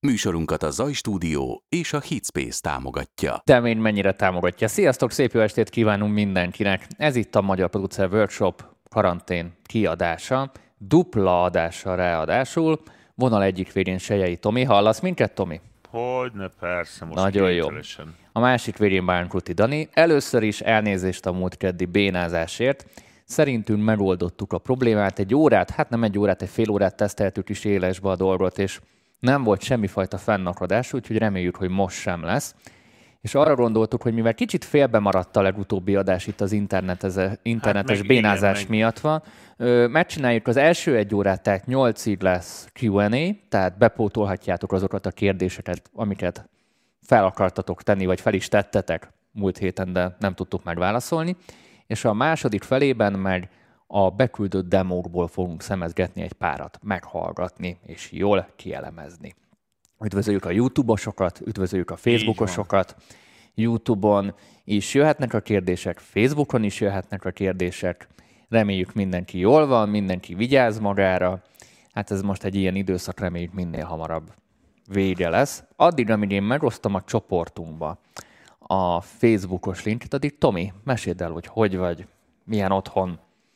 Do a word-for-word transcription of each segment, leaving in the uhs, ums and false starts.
Műsorunkat a Zaj Stúdió és a Hitspace támogatja. Telmény mennyire támogatja. Sziasztok, szép jó estét kívánunk mindenkinek. Ez itt a Magyar Producer Workshop karantén kiadása, dupla adással ráadásul. Vonal egyik végén Sejei Tomi. Hallasz minket, Tomi? Hogyne, persze, most nagyon jó. A másik végén Bánkuti Dani. Először is elnézést a múlt keddi bénázásért. Szerintünk megoldottuk a problémát. Egy órát, hát nem egy órát, egy fél órát teszteltük is élesbe a dolgot, és nem volt semmifajta fennakadás, úgyhogy reméljük, hogy most sem lesz. És arra gondoltuk, hogy mivel kicsit félbe maradt a legutóbbi adás itt az internetes, internetes hát bénázás igen, miatt van, megcsináljuk az első egy órát, tehát nyolcig lesz Q and A, tehát bepótolhatjátok azokat a kérdéseket, amiket fel akartatok tenni, vagy fel is tettetek múlt héten, de nem tudtuk megválaszolni. És a második felében meg a beküldött demókból fogunk szemezgetni egy párat, meghallgatni és jól kielemezni. Üdvözöljük a YouTube-osokat, üdvözöljük a Facebookosokat. YouTube-on is jöhetnek a kérdések, Facebookon is jöhetnek a kérdések. Reméljük mindenki jól van, mindenki vigyáz magára. Hát ez most egy ilyen időszak, reméljük minél hamarabb vége lesz. Addig, amíg én megosztom a csoportunkba a Facebookos linket, addig Tomi, meséld el, hogy hogy vagy, milyen otthon.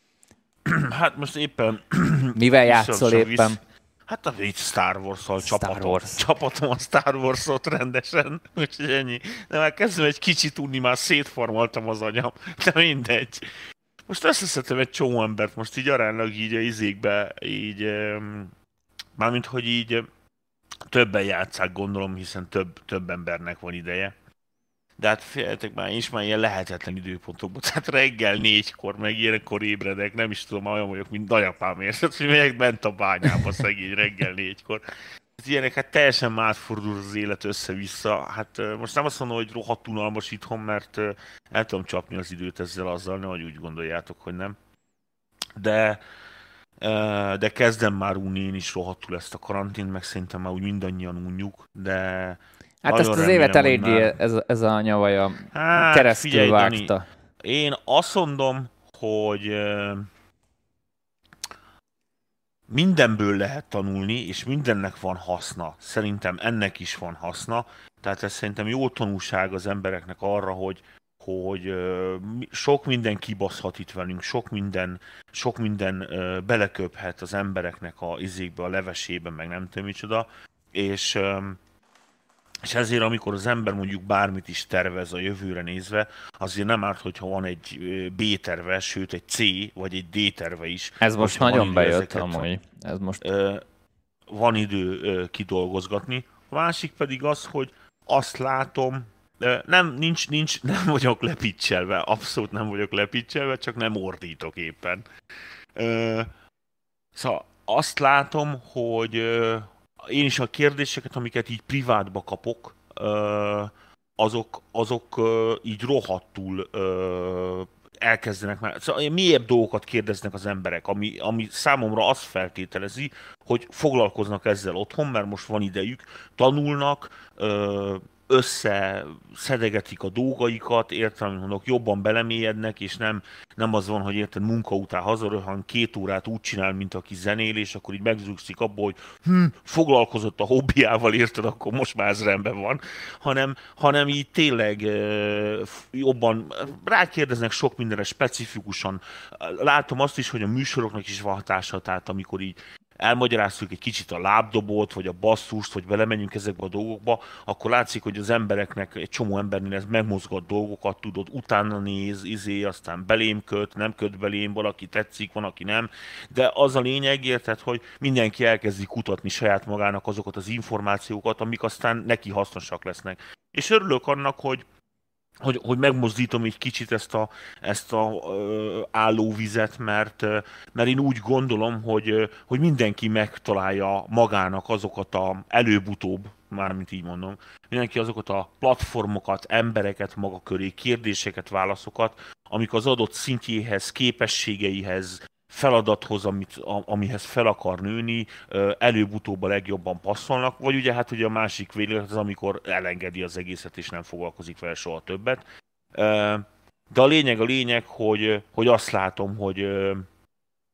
Hát most éppen... Mivel játszol éppen? Visz... Hát a Star Wars-szal csapatom. Wars. Csapatom a Star Wars-ot rendesen, úgyhogy ennyi. De már kezdem egy kicsit unni, már szétformaltam az anyam, de mindegy. Most összeszedtem egy csomó embert, most így aránylag így a izékbe, így... Mármint, hogy így többen játsszák, gondolom, hiszen több, több embernek van ideje. De hát féljetek már, én is már ilyen lehetetlen időpontokban, tehát reggel négykor, meg ilyenkor ébredek, nem is tudom, olyan vagyok, mint nagyapám érzett, hogy megyek bent a bányába szegény reggel négykor. Hát ilyenek, hát teljesen átfordul az élet össze-vissza. Hát most nem azt mondom, hogy rohadt unalmas itthon, mert el tudom csapni az időt ezzel azzal, nehogy úgy gondoljátok, hogy nem. De, de kezdem már unni én is rohadtul ezt a karantént, meg szerintem már úgy mindannyian unjuk, de... Hát nagyon ezt az évet eléggé már... ez, ez a nyavaja hát, keresztül figyelj, vágta. Dani, én azt mondom, hogy mindenből lehet tanulni, és mindennek van haszna. Szerintem ennek is van haszna. Tehát ez szerintem jó tanulság az embereknek arra, hogy, hogy sok minden kibaszhat itt velünk, sok minden, sok minden beleköphet az embereknek a izékbe, a levesébe, meg nem tudom micsoda. És... És ezért, amikor az ember mondjuk bármit is tervez a jövőre nézve, azért nem árt, hogyha van egy B-terve, sőt egy C, vagy egy D-terve is. Ez most nagyon bejött amúgy. Ez most... Van idő kidolgozgatni. A másik pedig az, hogy azt látom, nem, nincs, nincs, nem vagyok lepicselve, abszolút nem vagyok lepicselve, csak nem ordítok éppen. Szóval azt látom, hogy... Én is a kérdéseket, amiket így privátba kapok, azok, azok így rohadtul elkezdenek már. Szóval mélyebb dolgokat kérdeznek az emberek, ami, ami számomra azt feltételezi, hogy foglalkoznak ezzel otthon, mert most van idejük, tanulnak, összeszedegetik a dolgaikat, értem, mondok, jobban belemélyednek, és nem, nem az van, hogy érted, munka után hazarő, hanem két órát úgy csinál, mint aki zenél, és akkor így megzúgszik abból, hogy hm, foglalkozott a hobbiával, érted, akkor most már ez rendben van, hanem, hanem így tényleg jobban rákérdeznek sok mindenre specifikusan. Látom azt is, hogy a műsoroknak is van hatása, tehát amikor így elmagyaráztuk egy kicsit a lábdobot, vagy a basszust, vagy belemenjünk ezekbe a dolgokba, akkor látszik, hogy az embereknek, egy csomó embernél ez megmozgat dolgokat, tudod, utána néz, izé, aztán belém köt, nem köt belém, valaki tetszik, van, aki nem, de az a lényeg, érted, hogy mindenki elkezdi kutatni saját magának azokat az információkat, amik aztán neki hasznosak lesznek. És örülök annak, hogy Hogy, hogy megmozdítom egy kicsit ezt a, ezt a ö, állóvizet, mert, mert én úgy gondolom, hogy, hogy mindenki megtalálja magának azokat a előbb-utóbb, mármint így mondom, mindenki azokat a platformokat, embereket maga köré, kérdéseket, válaszokat, amik az adott szintjéhez, képességeihez, feladathoz, amit, amihez fel akar nőni, előbb-utóbb a legjobban passzolnak, vagy ugye hát ugye a másik véglet az, amikor elengedi az egészet, és nem foglalkozik vele soha többet. De a lényeg a lényeg, hogy, hogy azt látom, hogy,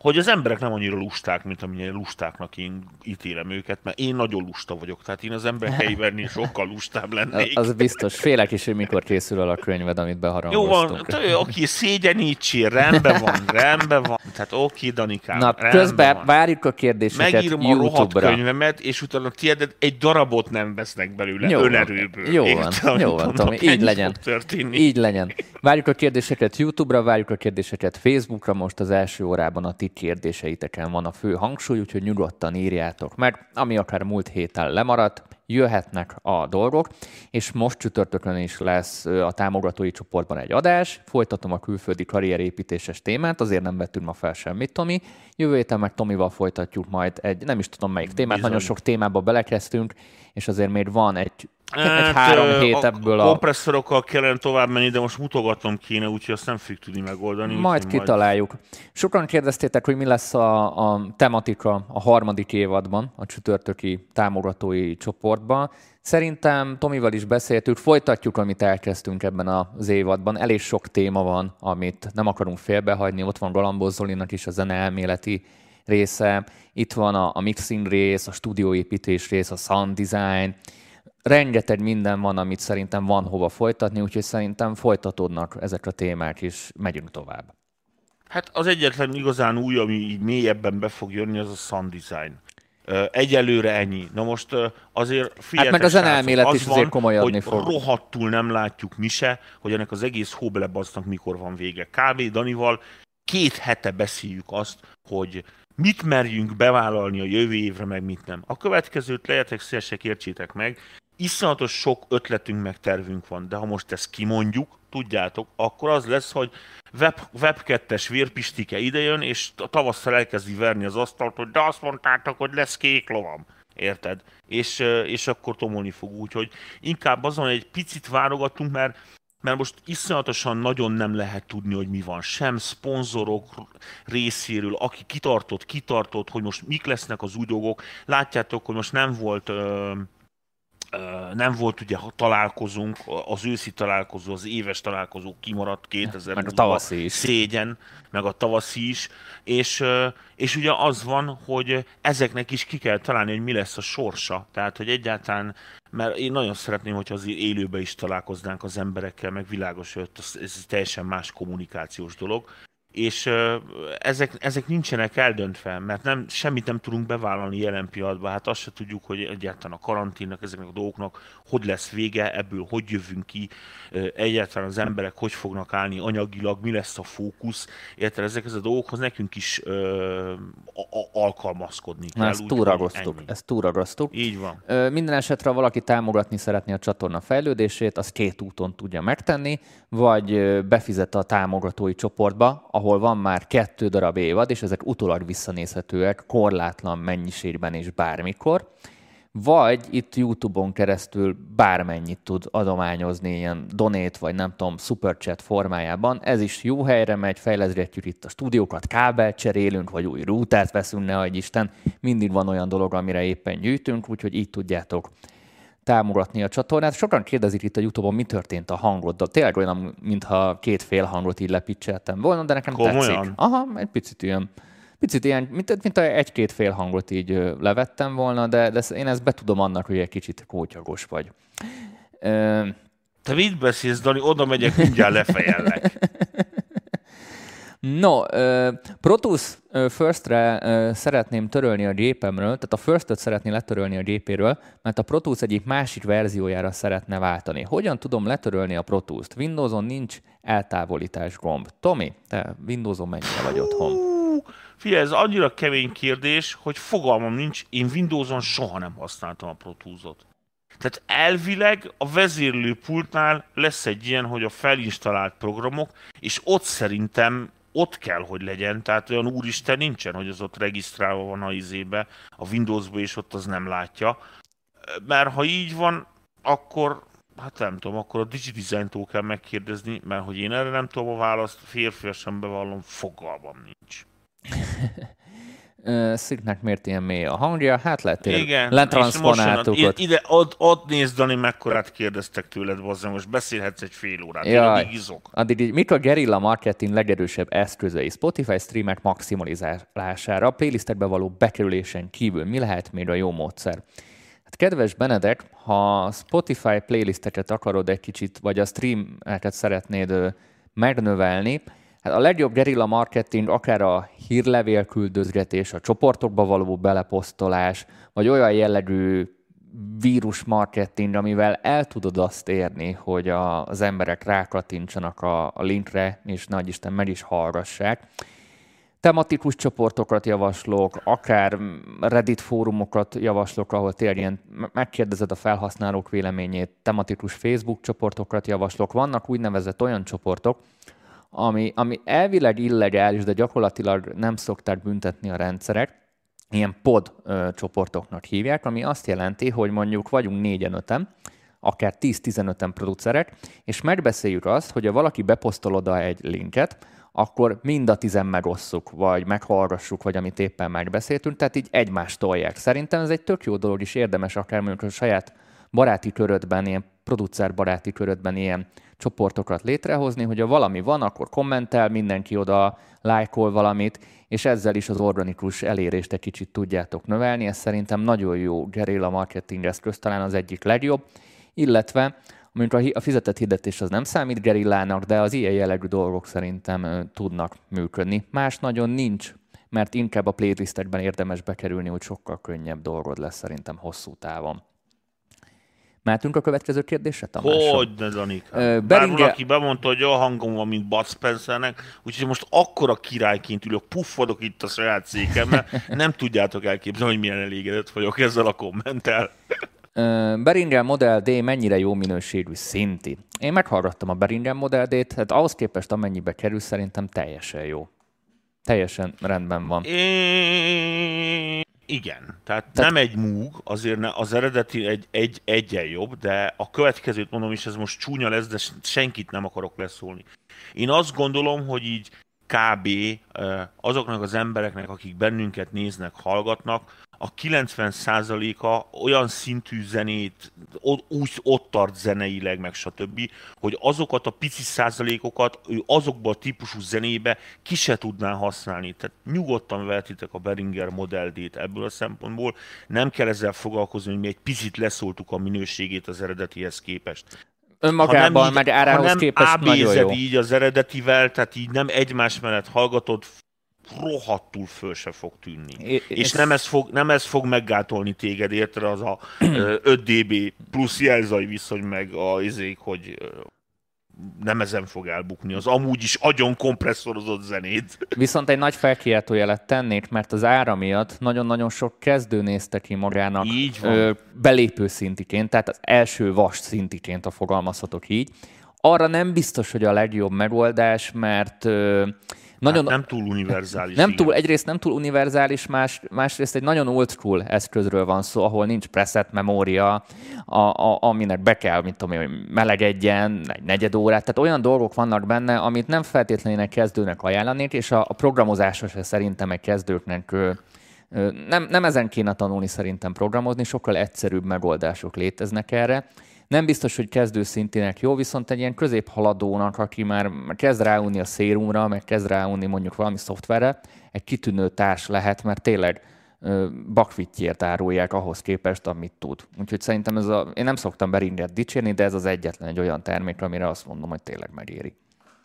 hogy az emberek nem annyira lusták, mint amilyen lustáknak én ítélem őket, mert én nagyon lusta vagyok, tehát én az emberek helyében sokkal lustább lennék. Az biztos. Félek is, hogy mikor készül el a könyved, amit beharangoztunk. Jó van, oké, szégyenítsél, rendben van, rendben van. Tehát oké, Danikám, na, közben van. Várjuk a kérdéseket megírom YouTube-ra. Megírom a rohadt könyvemet, és utána tiédet egy darabot nem vesznek belőle jó önerőből. Jó van, Értem, jó van Tomi, így legyen. Így legyen. Várjuk a kérdéseket YouTube-ra, várjuk a kérdéseket Facebookra, most az első órában a ti kérdéseiteken van a fő hangsúly, úgyhogy nyugodtan írjátok meg, ami akár múlt héten lemaradt, jöhetnek a dolgok, és most csütörtökön is lesz a támogatói csoportban egy adás, folytatom a külföldi karrierépítéses témát, azért nem vettünk ma fel semmit, Tomi. Jövő héten meg Tomival folytatjuk majd egy, nem is tudom melyik témát, Bizony. Nagyon sok témába belekezdtünk, és azért még van egy Hát, egy három hét ebből a... kompresszorokkal kellene tovább menni, de most mutogatnom kéne, úgyhogy azt nem fogjuk tudni megoldani. Majd kitaláljuk. Majd... Sokan kérdeztétek, hogy mi lesz a, a tematika a harmadik évadban, a csütörtöki támogatói csoportban. Szerintem Tomival is beszéltük, folytatjuk, amit elkezdtünk ebben az évadban. Elég sok téma van, amit nem akarunk félbehagyni. Ott van Galambos Zolinak is a zeneelméleti része, itt van a, a mixing rész, a stúdióépítés rész, a sound design. Rengeteg minden van, amit szerintem van hova folytatni, úgyhogy szerintem folytatódnak ezek a témák, és megyünk tovább. Hát az egyetlen igazán új, ami így mélyebben be fog jönni, az a sound design. Egyelőre ennyi. Na most azért figyeljetek, hát meg a zeneelmélet is azért komolyodni fog. Rohadtul nem látjuk mi se, hogy ennek az egész hóbelebasznak mikor van vége. Kb. Danival két hete beszéljük azt, hogy mit merjünk bevállalni a jövő évre, meg mit nem. A következőt lehetek szívesek, értsétek meg. Iszonyatos sok ötletünk meg tervünk van, de ha most ezt kimondjuk, tudjátok, akkor az lesz, hogy web, web kettes vérpistike idejön, és tavasszal elkezdi verni az asztalt, hogy de azt mondtátok, hogy lesz kék lovam. Érted? És, és akkor tomolni fog úgy, hogy inkább azon egy picit válogatunk, mert mert most iszonyatosan nagyon nem lehet tudni, hogy mi van. Sem szponzorok részéről, aki kitartott, kitartott, hogy most mik lesznek az új dolgok. Látjátok, hogy most nem volt... Ö, nem volt ugye találkozunk, az őszi találkozó, az éves találkozó kimaradt kétezer-húszban. Meg a tavaszi is. Szégyen, meg a tavaszi is. És, és ugye az van, hogy ezeknek is ki kell találni, hogy mi lesz a sorsa. Tehát, hogy egyáltalán, mert én nagyon szeretném, hogyha azért élőben is találkoznánk az emberekkel, meg világos, hogy ez teljesen más kommunikációs dolog. És uh, ezek, ezek nincsenek eldöntve, mert nem, semmit nem tudunk bevállalni jelen pillanatban. Hát azt se tudjuk, hogy egyáltalán a karanténnak, ezeknek a dolgoknak hogy lesz vége, ebből hogy jövünk ki, uh, egyáltalán az emberek hogy fognak állni anyagilag, mi lesz a fókusz. Érted, ezekhez a dolgokhoz nekünk is uh, a- a- alkalmazkodni kell. Na, ezt túlragasztuk. Ezt túlragasztuk. Így van. Uh, minden esetre, ha valaki támogatni szeretné a csatorna fejlődését, az két úton tudja megtenni, vagy uh, befizet a támogatói csoportba, ahol van már kettő darab évad, és ezek utólag visszanézhetőek korlátlan mennyiségben és bármikor, vagy itt YouTube-on keresztül bármennyit tud adományozni, ilyen donate, vagy nem tudom, superchat formájában. Ez is jó helyre megy, fejleszgetjük itt a stúdiókat, kábelt cserélünk, vagy új rútát veszünk, ne adj Isten. Mindig van olyan dolog, amire éppen gyűjtünk, úgyhogy így tudjátok támogatni a csatornát. Sokan kérdezik itt a YouTube-on, mi történt a hangoddal. Tényleg olyan, mintha két fél hangot így lepicseltem volna, de nekem Komolyan? tetszik. Aha, egy picit ilyen, picit ilyen, mint, mint egy-két fél hangot így levettem volna, de, de én ezt betudom annak, hogy egy kicsit kótyagos vagy. Ö... Te mit beszélsz, Dani? Oda megyek, mindjárt lefejellek. No, uh, Pro Tools uh, First-re uh, szeretném törölni a gépemről, tehát a First-öt szeretné letörölni a gépéről, mert a Pro Tools egyik másik verziójára szeretne váltani. Hogyan tudom letörölni a Pro Tools-t? Windowson nincs eltávolítás gomb. Tomi, te Windowson mennyire vagy otthon? Figyelj, ez annyira kemény kérdés, hogy fogalmam nincs, én Windowson soha nem használtam a Pro Tools-ot. Tehát elvileg a vezérlőpultnál lesz egy ilyen, hogy a felinstallált programok, és ott szerintem ott kell, hogy legyen, tehát olyan úristen nincsen, hogy az ott regisztrálva van a izébe, a Windowsba, és ott az nem látja. Mert ha így van, akkor, hát nem tudom, akkor a DigiDesign-tól kell megkérdezni, mert hogy én erre nem tudom a választ, férfiasan bevallom, fogalmam nincs. Szintnek miért ilyen mély a hangja? Hát lehet tényleg letranszponáltuk ott. Ide, ott, ott nézd, Dani, mekkorát kérdeztek tőled, bazzám, most beszélhetsz egy fél órát, én addig izok. Addig így, mik a guerilla marketing legerősebb eszközei Spotify streamek maximalizálására, playlistekbe való bekerülésen kívül mi lehet még a jó módszer? Hát kedves Benedek, ha Spotify playlisteket akarod egy kicsit, vagy a streameket szeretnéd megnövelni, hát a legjobb guerilla marketing akár a hírlevél küldözgetés, a csoportokba való beleposztolás, vagy olyan jellegű vírus marketing, amivel el tudod azt érni, hogy a, az emberek rákattintsanak a, a linkre, és nagyisten meg is hallgassák. Tematikus csoportokat javaslok, akár Reddit fórumokat javaslok, ahol tényleg ilyen megkérdezed a felhasználók véleményét, tematikus Facebook csoportokat javaslok. Vannak úgynevezett olyan csoportok, ami, ami elvileg illegális, de gyakorlatilag nem szokták büntetni a rendszerek, ilyen pod ö, csoportoknak hívják, ami azt jelenti, hogy mondjuk vagyunk négyen öten, akár tíz-tizenöten producerek, és megbeszéljük azt, hogy ha valaki beposztol oda egy linket, akkor mind a tizen megosszuk, vagy meghallgassuk, vagy amit éppen megbeszéltünk, tehát így egymást tolják. Szerintem ez egy tök jó dolog is, érdemes akár mondjuk a saját baráti körödben, ilyen producer baráti körödben ilyen csoportokat létrehozni, hogy ha valami van, akkor kommentel, mindenki oda lájkol valamit, és ezzel is az organikus elérést egy kicsit tudjátok növelni. Ez szerintem nagyon jó guerilla marketing eszköz, talán az egyik legjobb, illetve mondjuk a fizetett hirdetés az nem számít gerillának, de az ilyen jellegű dolgok szerintem tudnak működni. Más nagyon nincs, mert inkább a playlistekben érdemes bekerülni, hogy sokkal könnyebb dolgod lesz szerintem hosszú távon. Mehetünk a következő kérdésre, Tamás? Hogyne, Danikám. Uh, Bár Beringe... valaki bemondta, hogy olyan hangom van, mint Bud Spencernek, úgyhogy most akkora királyként ülök, puffadok itt a saját székemmel, nem tudjátok elképzelni, hogy milyen elégedett vagyok ezzel a kommenttel. Uh, Behringer Model D mennyire jó minőségű szinti? Én meghallgattam a Behringer Model D-t, hát ahhoz képest amennyibe kerül, szerintem teljesen jó. Teljesen rendben van. É... Igen, tehát, tehát nem egy Moog, azért ne, az eredeti egy, egy egyen jobb, de a következőt mondom, és ez most csúnya lesz, de senkit nem akarok leszólni. Én azt gondolom, hogy így kb. Azoknak az embereknek, akik bennünket néznek, hallgatnak, a kilencven százaléka olyan szintű zenét, úgy ott tart zeneileg, meg stb., hogy azokat a pici százalékokat ő azokba a típusú zenébe ki se tudná használni. Tehát nyugodtan vehetitek a Behringer Model D-t ebből a szempontból. Nem kell ezzel foglalkozni, hogy mi egy picit leszóltuk a minőségét az eredetihez képest. Önmagában, így, meg árához képest nagyon jó. így az eredetivel, tehát így nem egymás mellett hallgatod, rohadtul föl se fog tűnni. É, és ez... nem, ez fog, nem ez fog meggátolni téged, érted, az a öt dé bé plusz jelzaj viszony meg a izék, hogy nem ezen fog elbukni, az amúgy is agyon kompresszorozott zenét. Viszont egy nagy felkiáltójelet tennék, mert az ára miatt nagyon-nagyon sok kezdő nézte ki magának ö, belépő szintiként, tehát az első vas szintiként, a fogalmazhatok így. Arra nem biztos, hogy a legjobb megoldás, mert ö, nagyon, hát nem túl univerzális. Nem túl, egyrészt nem túl univerzális, más, másrészt egy nagyon old school eszközről van szó, ahol nincs preset memória, a, a, aminek be kell, mint tudom én, melegedjen, egy negyed órát. Tehát olyan dolgok vannak benne, amit nem feltétlenül egy kezdőnek ajánlanék, és a, a programozásra se szerintem egy kezdőknek ö, ö, nem, nem ezen kéne tanulni szerintem programozni, sokkal egyszerűbb megoldások léteznek erre. Nem biztos, hogy kezdőszintinek jó, viszont egy ilyen középhaladónak, aki már kezd ráunni a szérumra, meg kezd ráunni mondjuk valami szoftverre, egy kitűnő társ lehet, mert tényleg bakfittyért árulják ahhoz képest, amit tud. Úgyhogy szerintem ez a, én nem szoktam Behringert dicsérni, de ez az egyetlen egy olyan termék, amire azt mondom, hogy tényleg megéri.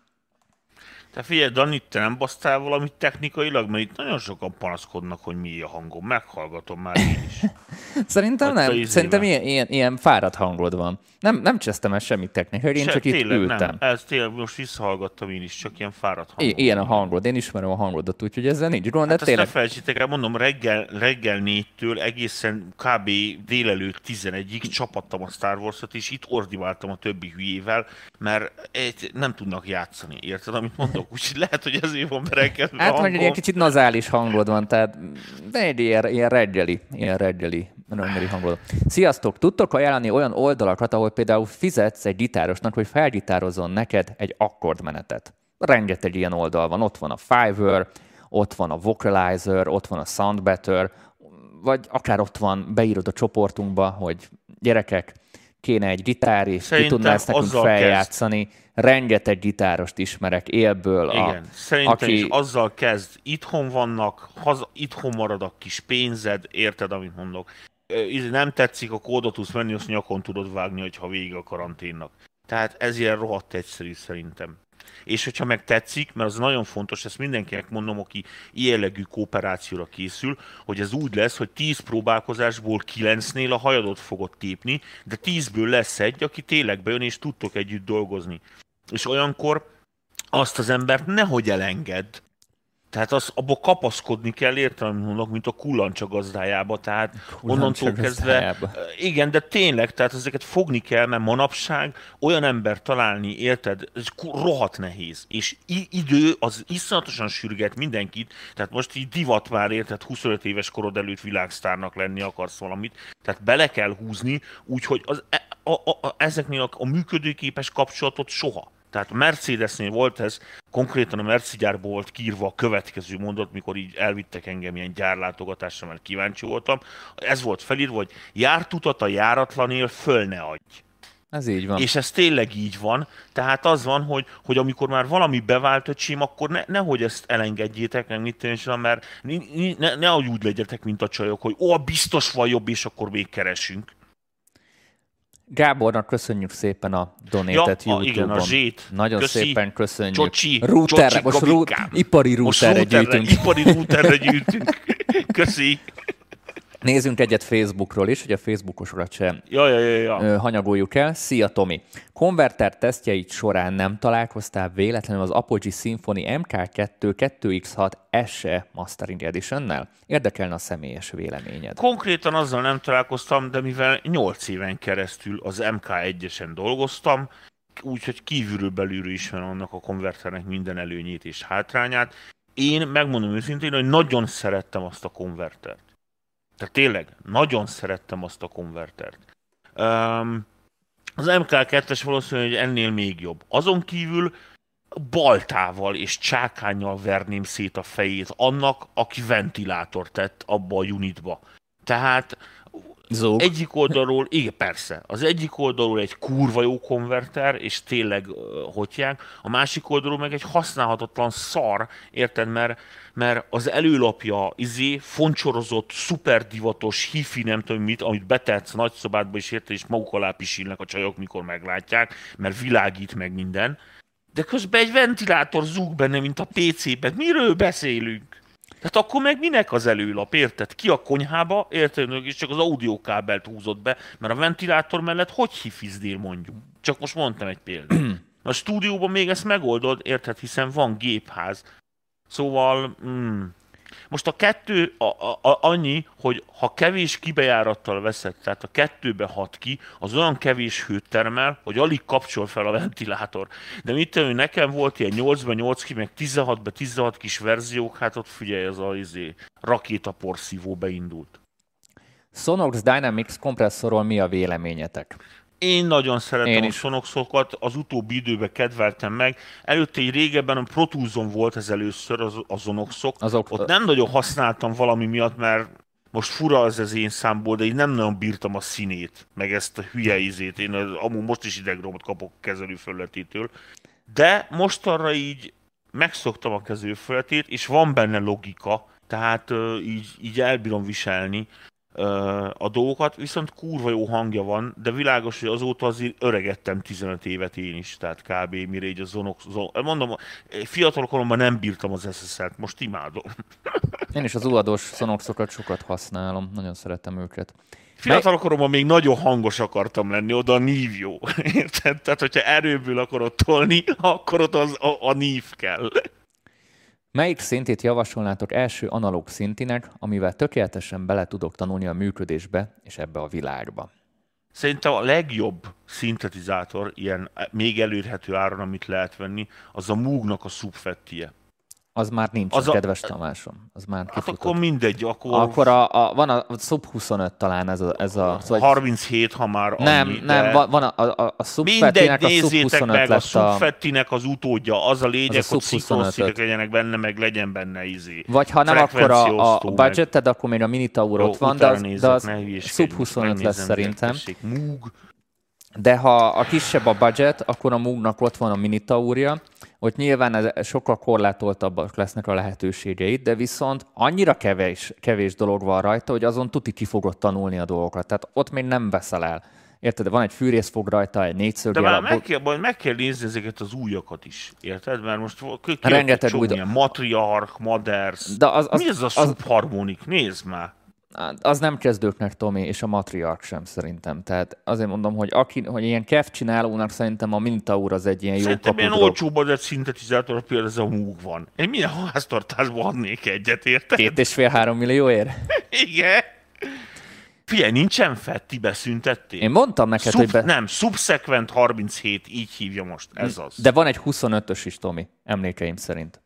Te figyelj, Dani, te nem basztál valamit technikailag? Mert itt nagyon sokan panaszkodnak, hogy mi a hangom. Meghallgatom már én is. Szerintem hát nem. Szerintem ilyen, ilyen, ilyen fáradt hangod van. Nem, nem csesztem el semmit technikai, én Se, csak itt ültem. Nem. Ez tényleg, most visszahallgattam én is, csak ilyen fáradt hangod. I- ilyen a hangod, én ismerem a hangodat, úgyhogy ezzel nincs gond. Hát ezt tényleg... ne felejtsétek el, mondom, reggel, reggel négytől egészen kb. Délelőtt tizenegyig csapattam a Star Wars-ot, és itt ordiváltam a többi hülyével, mert nem tudnak játszani, érted, amit mondok? Úgyhogy lehet, hogy ezért van berekedve hát meg egy ilyen kicsit nazális hangod van, tehát de egy ilyen, ilyen reggeli, ilyen reggeli, reggeli hangod. Sziasztok! Tudtok ajánlani olyan oldalakat, ahol például fizetsz egy gitárosnak, hogy felgitározzon neked egy akkordmenetet? Rengeteg ilyen oldal van. Ott van a Fiverr, ott van a Vocalizer, ott van a Sound Better, vagy akár ott van, beírod a csoportunkba, hogy gyerekek, kéne egy gitár, és ki tudná ezt nekünk feljátszani. Kezd. Rengeteg gitárost ismerek élből. Igen, a, szerintem aki... is azzal kezd, itthon vannak, haza, itthon marad a kis pénzed, érted, amit mondok. Nem tetszik, a kódot tudsz menni, azt nyakon tudod vágni, hogyha vége a karanténnak. Tehát ez ilyen rohadt egyszerű szerintem. És hogyha meg tetszik, mert az nagyon fontos, ezt mindenkinek mondom, aki jellegű kooperációra készül, hogy ez úgy lesz, hogy tíz próbálkozásból kilencnél a hajadot fogod tépni, de tízből lesz egy, aki tényleg bejön, és tudtok együtt dolgozni. És olyankor azt az embert nehogy elengedd. Tehát az, abba kapaszkodni kell, értelemben, mint a kullancsa gazdájába, tehát onnantól kezdve, igen, de tényleg, tehát ezeket fogni kell, mert manapság olyan ember találni, érted, ez rohadt nehéz, és idő az iszonyatosan sürget mindenkit, tehát most így divat már, érted, huszonöt éves korod előtt világsztárnak lenni akarsz valamit, tehát bele kell húzni, úgyhogy az, a, a, a, ezeknél a, a működőképes kapcsolatot soha. Tehát a Mercedesnél volt ez, konkrétan a Merci gyárból volt kiírva a következő mondat, mikor így elvittek engem ilyen gyárlátogatásra, mert kíváncsi voltam. Ez volt felírva, hogy jártutat a járatlanél föl ne adj. Ez így van. És ez tényleg így van. Tehát az van, hogy, hogy amikor már valami bevált öcsém, akkor ne, nehogy ezt elengedjétek, meg mit tűnjön, mert ne, nehogy úgy legyetek, mint a csajok, hogy ó, biztos van jobb, és akkor még keresünk. Gábornak köszönjük szépen a donétet ja, YouTube-on. Igen, a zsét. Nagyon Köszi. Szépen köszönjük. Csocsi, Routerre, csocsi, most rú, ipari routerre gyűjtünk. Ipari routerre gyűjtünk. Köszi. Nézzünk egyet Facebookról is, hogy a Facebookosokat sem ja, ja, ja, ja. hanyagoljuk el. Szia, Tomi! Konverter tesztjeid során nem találkoztál véletlenül az Apogee Symphony em ká kettő kettő iksz hat es e Mastering Edition-nel? Érdekelne a személyes véleményed. Konkrétan azzal nem találkoztam, de mivel nyolc éven keresztül az em ká egyesen dolgoztam, úgyhogy kívülről belülről ismerem annak a konverternek minden előnyét és hátrányát, én megmondom őszintén, hogy nagyon szerettem azt a konvertert. Tehát tényleg, nagyon szerettem azt a konvertert. Um, az em ká kettes valószínűleg ennél még jobb. Azon kívül baltával és csákánnyal verném szét a fejét annak, aki ventilátor tett abba a unitba. Tehát Zók. Egyik oldalról, igen, persze, az egyik oldalról egy kurva jó konverter, és tényleg uh, hotyják, a másik oldalról meg egy használhatatlan szar, érted, mert, mert az előlapja izé, foncsorozott, szuperdivatos, hifi, nem tudom mit, amit betetsz a nagyszobádba, és érted, és maguk alá pisilnek a csajok, mikor meglátják, mert világít meg minden, de közben egy ventilátor zúg benne, mint a pé cében. Miről beszélünk? Tehát akkor meg minek az előlap, érted? Ki a konyhába, érted? És csak az audiókábelt húzott be, mert a ventilátor mellett hogy hifizdél mondjuk? Csak most mondtam egy példát. A stúdióban még ezt megoldod, érted? Hiszen van gépház. Szóval... Mm, most a kettő a, a, a, annyi, hogy ha kevés kibejárattal veszed, tehát a kettőbe hat ki, az olyan kevés hőt termel, hogy alig kapcsol fel a ventilátor. De mit tudom, nekem volt ilyen nyolcba nyolc ki, meg tizenhatba tizenhat kis verziók, hát ott figyelj, az a izé, rakétaporszívó beindult. Sonox Dynamics kompresszorról mi a véleményetek? Én nagyon szeretem Én a Sonoxokat, az utóbbi időben kedveltem meg. Előtte egy régebben a Pro Tools-on volt ez először, az, a Sonoxok. Azok... Ott nem nagyon használtam valami miatt, mert most fura az az én számból, de én nem nagyon bírtam a színét, meg ezt a hülye ízét. Én az, amúgy most is idegrobot kapok a kezelőfelületétől. De most arra így megszoktam a kezelőfelületét, és van benne logika, tehát így, így elbírom viselni a dolgokat, viszont kurva jó hangja van, de világos, hogy azóta azért öregettem tizenöt évet én is, tehát kb. Mire így a Sonox... Mondom, fiatal koromban nem bírtam az es es er-t, most imádom. Én is az uados Sonoxokat sokat használom, nagyon szeretem őket. Fiatal koromban még nagyon hangos akartam lenni, oda a nív jó. Érted? Tehát, hogyha erőből akarod tolni, akkor ott az, a, a nív kell. Melyik szintét javasolnátok első analóg szintinek, amivel tökéletesen bele tudok tanulni a működésbe és ebbe a világba? Szerintem a legjobb szintetizátor, ilyen még elérhető áron, amit lehet venni, az a Moog-nak a Subfettie. Az már nincs, Az a a- kedves Tamásom. Az már Hát kifutott. akkor mindegy, akkor, Akkor a, a, van a, a sub huszonöt talán ez a... Ez a szóval harminchét, ha már nem, annyi, nem, de... van, van a, a, a sub Mindegy, fettinek a sub nézzétek huszonöt meg, a lett a... Subfettinek az utódja, az a lényeg, Az a hogy sub szinkronoszikek huszonötöt. legyenek benne, meg legyen benne izé. Vagy ha nem, akkor a, a Frekvenciaosztó, meg- budgeted, akkor még a Minitaur Jó, ott van, de utána az, de nézzek, az ne hülyeskedj, sub most huszonöt lesz megnézem, szerintem. tessék. Moog. De ha a kisebb a budget, akkor a Moognak ott van a Minitaurja, ott nyilván ez, sokkal korlátoltabbak lesznek a lehetőségeit, de viszont annyira kevés, kevés dolog van rajta, hogy azon tuti ki fogod tanulni a dolgokat. Tehát ott még nem veszel el. Érted? Van egy fűrészfog rajta, egy De négyszögjel. már a meg bo- kell, majd meg kell nézni ezeket az újakat is, érted? Mert most ki Rengeteg új- új... Matriarch, Mothers. De az, az, Mi ez a az, Subharmonic? Nézd már. az nem kezdőknek, Tomi, és a Matriarch sem szerintem. Tehát azért mondom, hogy, aki, hogy ilyen kev csinálónak szerintem a Minitaur az egy ilyen jó Szerintem ilyen kapudrog. olcsó budget szintetizátor például ez a Moog van. Én milyen háztartásban adnék egyet, érted? Két és fél-három millióért? Igen. Figyelj, nincsen fetti, beszüntették. Én mondtam neked, Sub, hogy be... Nem, Subsequent harminchét, így hívja most, ez az. De van egy huszonötös is, Tomi, emlékeim szerint.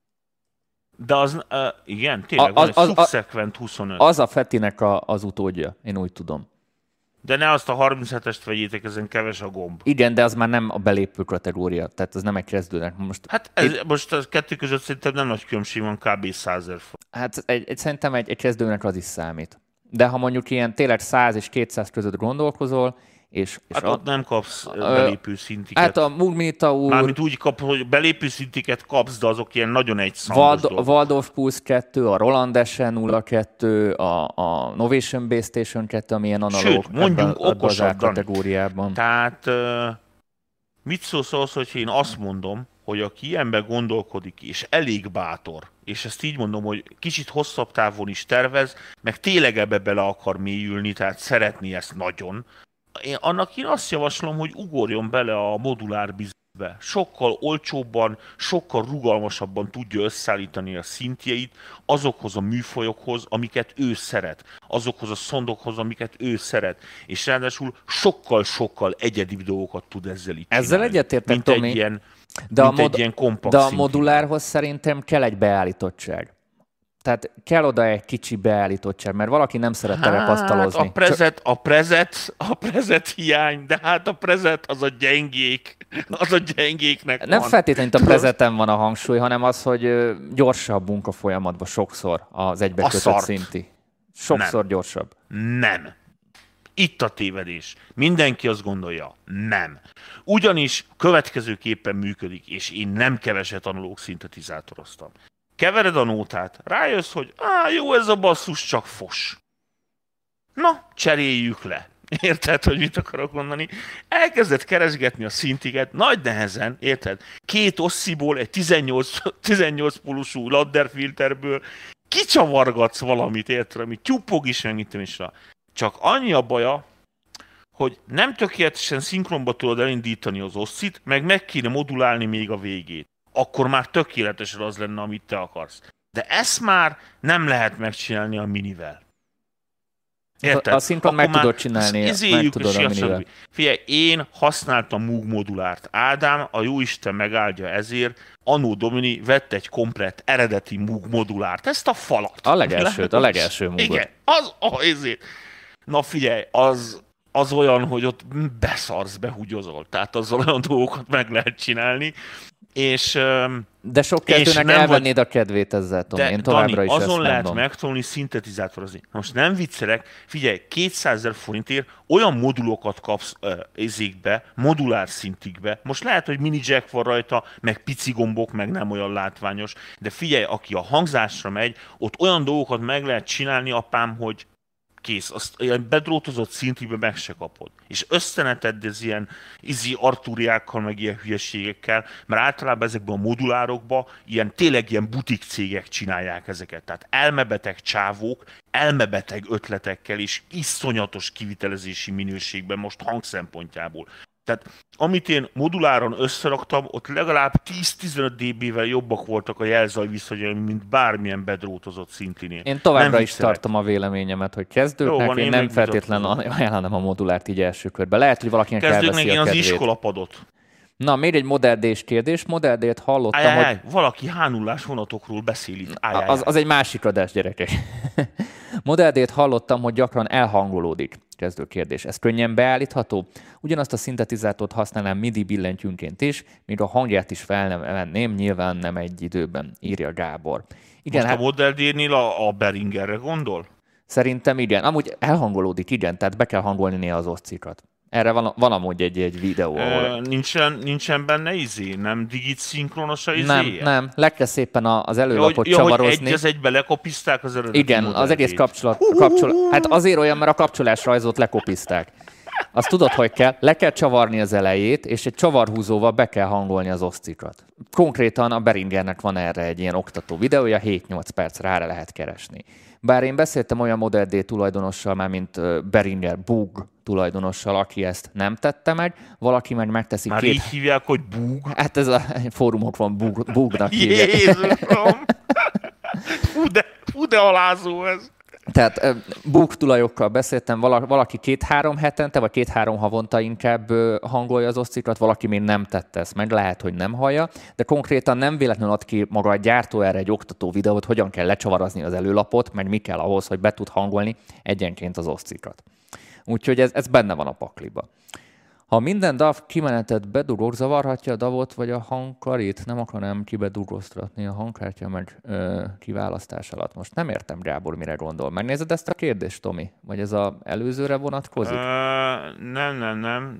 De az, uh, igen, tényleg A- van az- egy az- Subsequent huszonöt. Az a Fettinek a, az utódja, én úgy tudom. De ne azt a harminchetest vegyétek, ezen keves a gomb. Igen, de az már nem a belépő kategória, tehát az nem egy kezdőnek. Most, Hát ez, most a kettő között szerintem nem nagy különbség van, kb. százezer forint. hát egy, egy, szerintem egy, egy kezdőnek az is számít. De ha mondjuk ilyen tényleg száz és kétszáz között gondolkozol, és, és Hát a, ott nem kapsz ö, belépő szintiket. hát a Moog Minitaur, Mármint úgy kap, hogy belépő szintiket kapsz, de azok ilyen nagyon egy Wald, dolgok. Waldorf Pulse kettő, a Roland es en nulla kettő, a, a Novation Base Station kettő, ami ilyen analóg Sőt, mondjunk ebben, ebben az okosabban. árkategóriában. Tehát uh, mit szólsz ahhoz, hogyha én azt mondom, hogy aki ilyenbe gondolkodik, és elég bátor, és ezt így mondom, hogy kicsit hosszabb távon is tervez, meg tényleg ebbe bele akar mélyülni, tehát szeretné ezt nagyon, én, annak én azt javaslom, hogy ugorjon bele a modulár bizniszbe. Sokkal olcsóbban, sokkal rugalmasabban tudja összeállítani a szintjeit azokhoz a műfajokhoz, amiket ő szeret, azokhoz a szondokhoz, amiket ő szeret, és ráadásul sokkal-sokkal egyedibb dolgokat tud ezzel így Ezzel csinálni, egyetértek, mint Tomi. egy ilyen, De a, mint mod- egy ilyen kompakt de a szintű. modulárhoz szerintem kell egy beállítottság. Tehát kell oda egy kicsi beállítottság, mert valaki nem szeret terepasztalozni. Hát a prezet, a prezet, a prezet hiány, de hát a prezet az a gyengék, az a gyengéknek Nem van. feltétlenül itt a prezeten van a hangsúly, hanem az, hogy ö, gyorsabb munka folyamatban sokszor az egybekötött szart. szinti. Sokszor Nem. gyorsabb. Nem. Itt a tévedés. Mindenki azt gondolja, nem. Ugyanis következőképpen működik, és én nem keveset analóg szintetizátoroztam. Kevered a nótát, rájössz, hogy á, jó, ez a basszus, csak fos. Na, cseréljük le. Érted, hogy mit akarok mondani? Elkezdett keresgetni a szintiket, nagy nehezen, érted? Két ossziból, egy tizennyolc, tizennyolc pólusú ladder filterből kicsavargatsz valamit, érted, ami tyúpog is, meg mit is rá. Csak annyi a baja, hogy nem tökéletesen szinkronba tudod elindítani az osszit, meg meg kéne modulálni még a végét. Akkor már tökéletesen az lenne, amit te akarsz. De ezt már nem lehet megcsinálni a minivel. Érted? A szinkron meg Akkor már tudod csinálni, meg izéljük, tudod és a ilyen minivel. stb. Figyelj, én használtam Moog modulárt. Ádám, a jóisten megáldja ezért, Anno Domini vett egy komplett eredeti Moog modulárt. Ezt a falat. A legelsőt, a legelső Moogot. Igen, az, oh, ezért. Na figyelj, az, az olyan, hogy ott beszarsz, behugyozol. Tehát az olyan dolgokat meg lehet csinálni. És, öm, De sok és kezdőnek nem elvennéd a kedvét ezzel, Tomi. de Én továbbra Dani, is ezt azon lehet mondom. megtanulni szintetizátorozni. Most nem viccelek, figyelj, kétszázezer forintért olyan modulokat kapsz uh, ezékbe, modulár szintikbe. Most lehet, hogy mini jack van rajta, meg pici gombok, meg nem olyan látványos, de figyelj, aki a hangzásra megy, ott olyan dolgokat meg lehet csinálni, apám, hogy kész, azt ilyen bedrótozott szintibe meg se kapod. És összeneted ez ilyen izi artúriákkal, meg ilyen hülyeségekkel, mert általában ezekben a modulárokban ilyen, tényleg ilyen butik cégek csinálják ezeket. Tehát elmebeteg csávók, elmebeteg ötletekkel és iszonyatos kivitelezési minőségben most hang szempontjából. Tehát amit én moduláron összeraktam, ott legalább tíz-tizenöt dé bé-vel jobbak voltak a jelzaj viszonyai, mint bármilyen bedrótozott szintinél. Én továbbra Nem is viccelek. tartom a véleményemet, hogy kezdőknek Jó van, én én nem megvitatkozom. feltétlenül ajánlanám a modulárt így első körben. Lehet, hogy valakinek Kezdőknek elveszi én a az kedvét. iskolapadot. Na, még egy Model D-s kérdés. Model D-t hallottam, Ájjáj, hogy... valaki há nullás vonatokról beszél itt. Ájjáj. Az, az egy másik adás, gyerekek. Model D-t hallottam, hogy gyakran elhangolódik. Kezdő kérdés. Ez könnyen beállítható? Ugyanazt a szintetizátort használnám MIDI billentyűnként is, míg a hangját is felvenném, nyilván nem egy időben, írja Gábor. Igen, most hát... a Model D-nél a, a Behringerre gondol? Szerintem igen. Amúgy elhangolódik, igen, tehát be kell hangolni néha az oszcikat. Erre van, van amúgy egy, egy videó. Ahol... Nincsen, nincsen benne izé? Nem digit szinkronos a izéje? Nem, nem. Le kell szépen az előlapot ja, csavarozni. Hogy egy az egybe lekopizták az eredeti Igen, Model az egész D-t. kapcsolat, kapcsolat. Hát azért olyan, mert a kapcsolásrajzot lekopizták. Azt tudod, hogy kell? Le kell csavarni az elejét, és egy csavarhúzóval be kell hangolni az oszcikat. Konkrétan a Behringernek van erre egy ilyen oktató videója, hét-nyolc percre erre lehet keresni. Bár én beszéltem olyan Model D tulajdonossal, már mint Behringer Bug tulajdonossal, aki ezt nem tette meg, valaki meg megteszi már két... így hívják, hogy Bug? Hát ez a fórumokon Bug, Bugnak hívják. Jézusom! Fú de, fú de alázó ez! Tehát Bug tulajokkal beszéltem, valaki két-három hetente, vagy két-három havonta inkább hangolja az oszcikat, valaki még nem tette ezt meg, lehet, hogy nem hallja, de konkrétan nem véletlenül ad ki maga a gyártó erre egy oktató videót, hogyan kell lecsavarozni az előlapot, meg mi kell ahhoz, hogy be tud hangolni egyenként az oszcikat. Úgyhogy ez, ez benne van a pakliba. Ha minden dáv kimenetet bedugok, zavarhatja a davot vagy a hangkarit? Nem akarnám kibedugoztatni a hangkártya meg ö, kiválasztás alatt. Most nem értem, Gábor, mire gondol. Megnézed ezt a kérdést, Tomi? Vagy ez az előzőre vonatkozik? Uh, nem, nem, nem.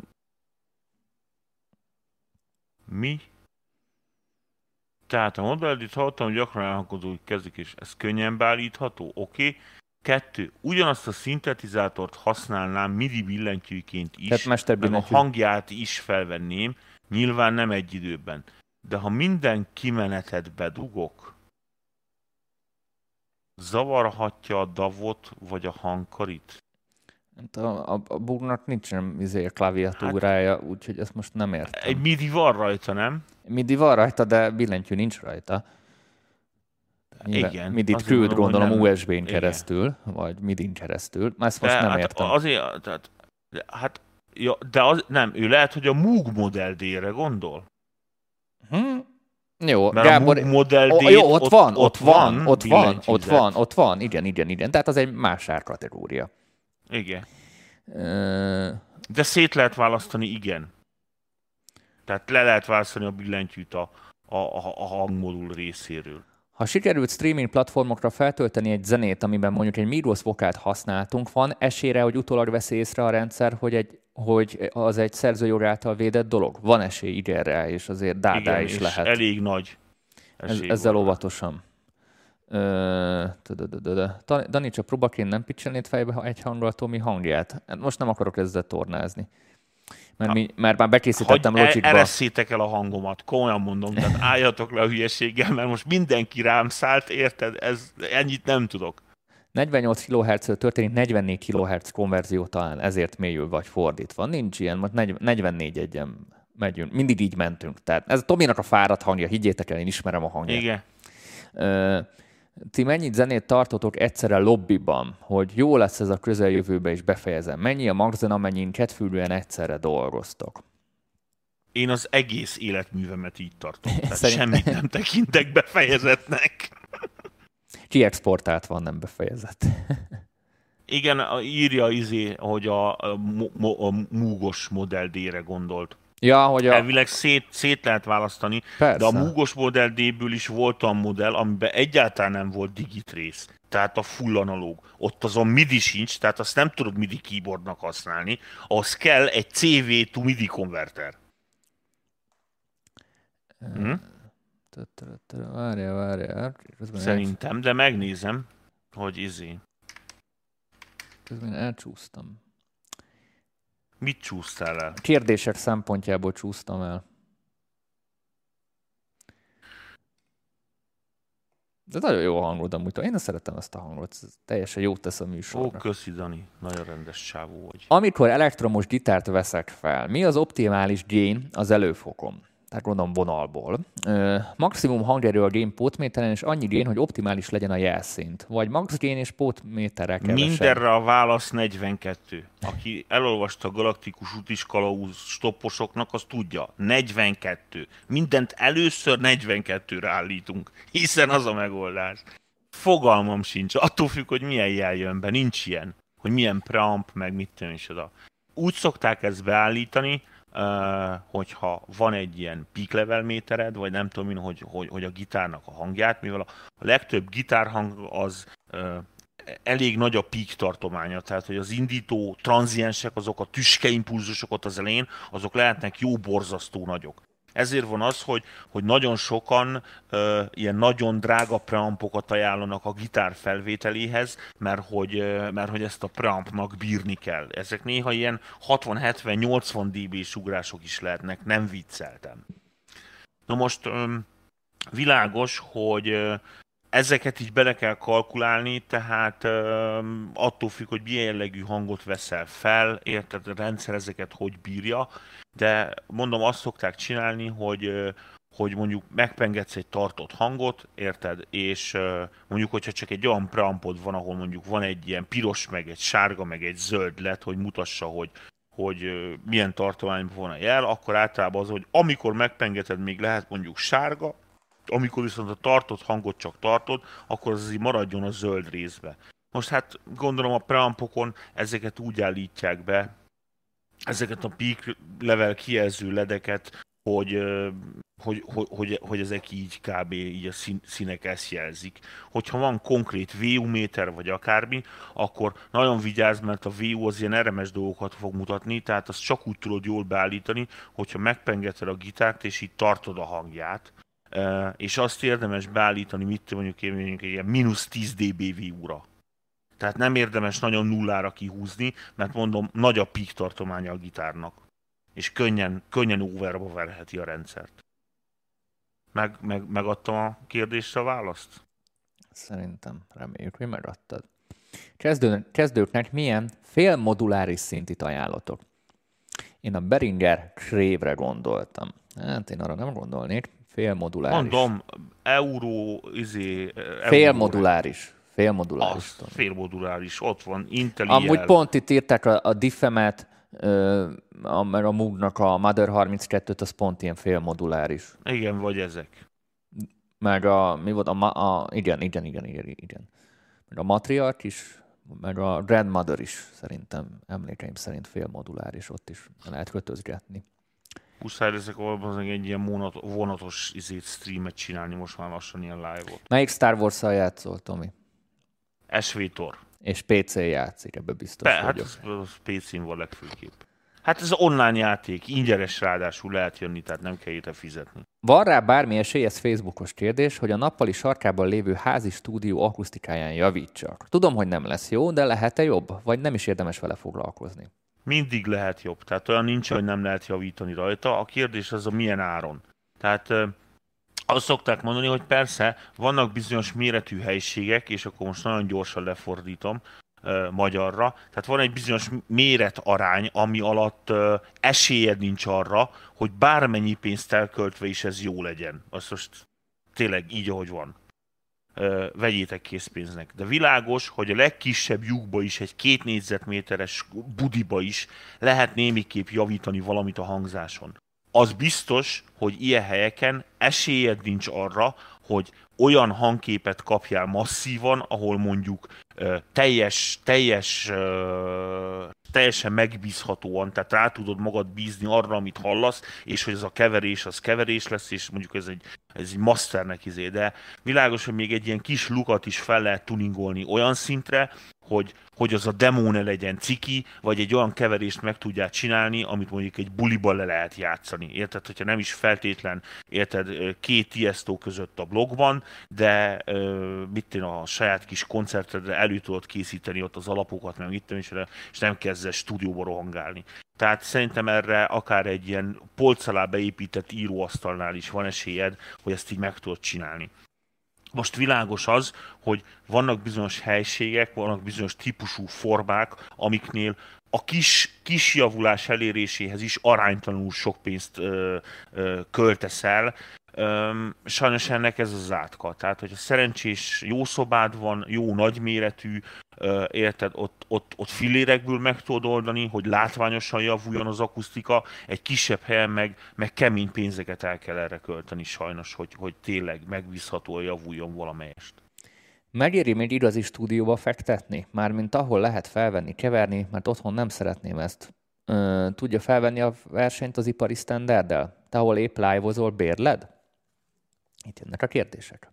Mi? Tehát a Model D-t hallottam, hogy gyakran elhangolódik kezdik, és ez könnyen beállítható. Oké. Okay. Kettő. Ugyanazt a szintetizátort használnám MIDI billentyűként is, meg a hangját is felvenném, nyilván nem egy időben. De ha minden kimenetet bedugok, zavarhatja a davot vagy a hangkarit? A, a, a Bugnak nincsen izé, klaviatúrája, hát, úgyhogy ezt most nem értem. Egy MIDI van rajta, nem? MIDI van rajta, de billentyű nincs rajta. Nyilván, igen. midit küld, gondolom, nem, u es bén keresztül, vagy midin keresztül. Ezt most de nem hát értem. Azért, tehát, hát, ja, de az, nem, ő lehet, hogy a Moog Model D-re gondol. Hm? Jó, mert Gábor, a Moog Model D jó, ott, ott van, ott van, van, ott van, ott van, ott van, igen, igen, igen. Tehát az egy más árkategória. Igen. Uh... De szét lehet választani, igen. Tehát le lehet választani a billentyűt a, a, a, a hangmodul részéről. Ha sikerült streaming platformokra feltölteni egy zenét, amiben mondjuk egy Migros vokát használtunk, van esélyre, hogy utólag veszi észre a rendszer, hogy, egy, hogy az egy szerzőjog által védett dolog? Van esély igenre, és azért dádá igen, is és lehet. elég nagy esély. Ezzel óvatosan. Dani, csak próbaként nem pitchelnéd fejbe egy hanggal Tomi hangját? Most nem akarok ezzel tornázni. Mert, mi, mert már bekészítettem Logicba. Logicba. Eresszétek el a hangomat, komolyan mondom, tehát álljatok le a hülyeséggel, mert most mindenki rám szállt, érted? Ez, ennyit nem tudok. negyvennyolc kilohertzről történik negyvennégy kilohertz konverzió talán, ezért mélyül vagy fordítva. Nincs ilyen, most negyvennégy egyen megyünk. Mindig így mentünk. Tehát ez Tominak a fáradt hangja, higgyétek el, én ismerem a hangját. Igen. Uh, ti mennyit zenét tartotok egyszerre lobbiban, hogy jó lesz ez a közeljövőben is befejezem? Mennyi a magzen, amennyin kettfülűen egyszerre dolgoztok? Én az egész életművemet így tartom. Tehát Szerint... semmit nem tekintek befejezetnek. Kiexportált van, nem befejezett. Igen, írja izé, hogy a, a, a, a Moogos Model D-re gondolt. Ja, hogy a... Elvileg szét, szét lehet választani, persze. De a Moogos Model D-ből is volt olyan modell, amiben egyáltalán nem volt digit rész. Tehát a full analóg. Ott azon MIDI sincs, tehát azt nem tudod MIDI keyboardnak használni. Ahhoz kell egy cé vé to MIDI konverter. Hm? Várjál, várjál. Szerintem, de megnézem, hogy izé. Közben elcsúsztam. Mit csúsztál el? Kérdések szempontjából csúsztam el. De nagyon jó hangod amúgy. Én szeretem ezt a hangot. Ez teljesen jót tesz a műsorra. Ó, köszi Dani. Nagyon rendes csávó vagy. Amikor elektromos gitárt veszek fel, mi az optimális gain az előfokon? tehát gondolom vonalból. Ö, maximum hangerő a gain pótméteren, és annyi gain, hogy optimális legyen a jelszint. Vagy max gain és pótméterrel kevesebb. Mindenre a válasz negyvenkettő. Aki elolvasta a Galaktikus útiskalauz stopposoknak, az tudja. negyvenkettő. Mindent először negyvenkettőre állítunk, hiszen az a megoldás. Fogalmam sincs. Attól függ, hogy milyen jel jön be. Nincs ilyen. Hogy milyen preamp, meg mit tudom is oda. Úgy szokták ezt beállítani, Uh, hogyha van egy ilyen peak level métered, vagy nem tudom én, hogy, hogy, hogy a gitárnak a hangját, mivel a, a legtöbb gitárhang az uh, elég nagy a peak tartománya, tehát hogy az indító tranziensek, azok a tüskeimpulzusok ott az elején, azok lehetnek jó borzasztó nagyok. Ezért van az, hogy, hogy nagyon sokan uh, ilyen nagyon drága preampokat ajánlanak a gitár felvételéhez, mert hogy, uh, mert hogy ezt a preampnak bírni kell. Ezek néha ilyen hatvan hetven nyolcvan dB-s ugrások is lehetnek, nem vicceltem. Na most um, világos, hogy uh, ezeket így bele kell kalkulálni, tehát um, attól függ, hogy milyen jellegű hangot veszel fel, érted, a rendszer ezeket hogy bírja, de mondom, azt szokták csinálni, hogy, hogy mondjuk megpengetsz egy tartott hangot, érted, és mondjuk, hogyha csak egy olyan preampod van, ahol mondjuk van egy ilyen piros, meg egy sárga, meg egy zöld led, hogy mutassa, hogy, hogy milyen tartományban van a jel, akkor általában az, hogy amikor megpengeted, még lehet mondjuk sárga, amikor viszont a tartott hangot csak tartod, akkor az így maradjon a zöld részbe. Most hát gondolom a preampokon ezeket úgy állítják be, ezeket a peak level kijelző ledeket, hogy, hogy, hogy, hogy, hogy ezek így kb. Így a színek ezt jelzik. Hogyha van konkrét vé u méter vagy akármi, akkor nagyon vigyázz, mert a vé u az ilyen er em es dolgokat fog mutatni, tehát azt csak úgy tudod jól beállítani, hogyha megpengeted a gitárt és így tartod a hangját, és azt érdemes beállítani, mit mondjuk én mondjuk egy ilyen mínusz tíz dB vé u-ra. Tehát nem érdemes nagyon nullára kihúzni, mert mondom, nagy a peak tartománya a gitárnak. És könnyen, könnyen overba verheti a rendszert. Meg, meg, megadtam a kérdésre a választ? Szerintem, reméljük, hogy megadtad. Kezdő, kezdőknek milyen félmoduláris szintit ajánlatok? Én a Behringer Crave-re gondoltam. Hát én arra nem gondolnék. Félmoduláris. Mondom, euró, izé... Félmoduláris. Félmoduláris. Az, félmoduláris, ott van, Intel. Amúgy pont itt írták a, a diffemet, a, meg a Moog-nak a Mother harminckettőt, az pont ilyen félmoduláris. Igen, vagy ezek. Meg a, mi volt, a, a igen, igen, igen, igen, igen. Meg a Matriarch is, meg a Grandmother is szerintem, emlékeim szerint félmoduláris, ott is lehet kötözgetni. Muszáj ezek valóban egy ilyen vonat, vonatos izét, streamet csinálni most már lassan ilyen live-ot. Melyik Star Wars-szal játszol, Tomi? es vé tor. És pé cén játszik, ebben biztos Be, vagyok. Hát az pé cén van legfőképp. Hát ez online játék, ingyenes ráadásul lehet jönni, tehát nem kell érte fizetni. Van rá bármi esély, ez Facebookos kérdés, hogy a nappali sarkában lévő házi stúdió akusztikáján javítsak. Tudom, hogy nem lesz jó, de lehet-e jobb? Vagy nem is érdemes vele foglalkozni? Mindig lehet jobb. Tehát olyan nincs, hogy nem lehet javítani rajta. A kérdés az a milyen áron. Tehát azt szokták mondani, hogy persze vannak bizonyos méretű helyiségek, és akkor most nagyon gyorsan lefordítom magyarra. Tehát van egy bizonyos méretarány, ami alatt esélyed nincs arra, hogy bármennyi pénzt elköltve is ez jó legyen. Azt most tényleg így, ahogy van. Vegyétek készpénznek. De világos, hogy a legkisebb lyukba is, egy két négyzetméteres budiba is lehet némiképp javítani valamit a hangzáson. Az biztos, hogy ilyen helyeken esélyed nincs arra, hogy olyan hangképet kapjál masszívan, ahol mondjuk uh, teljes, teljes, uh, teljesen megbízhatóan, tehát rá tudod magad bízni arra, amit hallasz, és hogy ez a keverés, az keverés lesz, és mondjuk ez egy, ez egy masternek izé, de világos, hogy még egy ilyen kis lukat is fel lehet tuningolni olyan szintre, hogy, hogy az a demo ne legyen ciki, vagy egy olyan keverést meg tudják csinálni, amit mondjuk egy buliba le lehet játszani. Érted, hogyha nem is feltétlen, érted, két Tiesto között a blogban, de mit én a saját kis koncertedre elő tudod készíteni ott az alapokat, meg mit és nem kezdesz stúdióba rohangálni. Tehát szerintem erre akár egy ilyen polc alá beépített íróasztalnál is van esélyed, hogy ezt így meg tudod csinálni. Most világos az, hogy vannak bizonyos helységek, vannak bizonyos típusú formák, amiknél a kis, kis javulás eléréséhez is aránytalanul sok pénzt ö, ö, költesz el. Ö, sajnos ennek ez az átka. Tehát, hogyha szerencsés jó szobád van, jó nagyméretű, ö, érted, ott, ott, ott fillérekből meg tudod oldani, hogy látványosan javuljon az akusztika, egy kisebb helyen meg, meg kemény pénzeket el kell erre költeni sajnos, hogy, hogy tényleg megbízhatóan javuljon valamelyest. Megéri még igazi stúdióba fektetni? Mármint ahol lehet felvenni, keverni, mert otthon nem szeretném ezt. Ö, tudja felvenni a versenyt az ipari standarddel? Te ahol épp live-ozol, bérled? Itt jönnek a kérdések.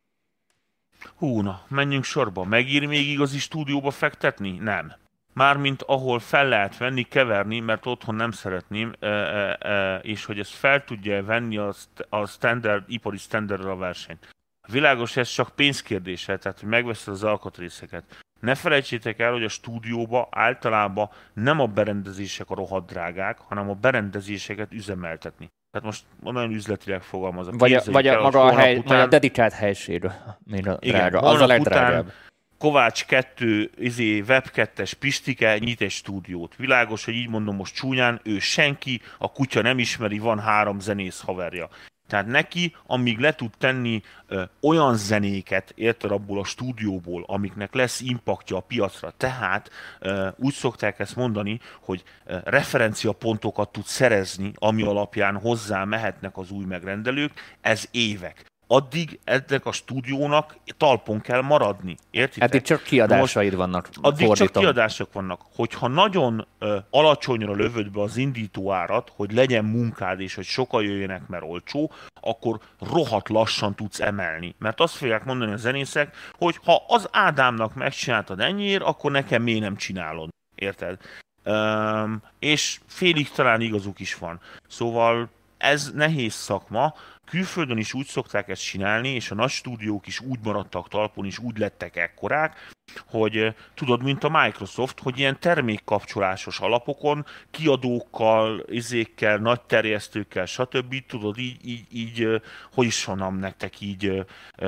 Hú, na, menjünk sorba. Megéri még igazi stúdióba fektetni? Nem. Mármint ahol fel lehet venni, keverni, mert otthon nem szeretném, e, e, e, és hogy ezt fel tudja venni a, a standard, ipari standardra a versenyt. Világos, ez csak pénzkérdése, tehát hogy megveszed az alkatrészeket. Ne felejtsétek el, hogy a stúdióba általában nem a berendezések a rohadt drágák, hanem a berendezéseket üzemeltetni. Tehát most nagyon üzletileg fogalmazok. Vagy a, vagy a, el, maga a, hely, után... vagy a dedikált helységről. Igen, drága. Az a legdrágább. Kovács kettő, izé, web kettes Pistike nyit egy stúdiót. Világos, hogy így mondom most csúnyán, ő senki, a kutya nem ismeri, van három zenész haverja. Tehát neki, amíg le tud tenni ö, olyan zenéket, érted, abból a stúdióból, amiknek lesz impaktja a piacra, tehát ö, úgy szokták ezt mondani, hogy ö, referenciapontokat tud szerezni, ami alapján hozzá mehetnek az új megrendelők, ez évek. Addig ennek a stúdiónak talpon kell maradni. Értitek? Eddig csak kiadásaid vannak. Addig fordítom. csak kiadások vannak. Hogyha nagyon ö, alacsonyra lövöd be az indítóárat, hogy legyen munkád és hogy sokan jöjjenek, mert olcsó, akkor rohadt lassan tudsz emelni. Mert azt fogják mondani a zenészek, hogy ha az Ádámnak megcsináltad ennyiért, akkor nekem miért nem csinálod. Érted? Üm, és félig talán igazuk is van. Szóval ez nehéz szakma. Külföldön is úgy szokták ezt csinálni, és a nagy stúdiók is úgy maradtak talpon, és úgy lettek ekkorák, hogy tudod, mint a Microsoft, hogy ilyen termékkapcsolásos alapokon, kiadókkal, izékkel, nagy terjesztőkkel, stb. Tudod, így, így, így hogy is mondom nektek, így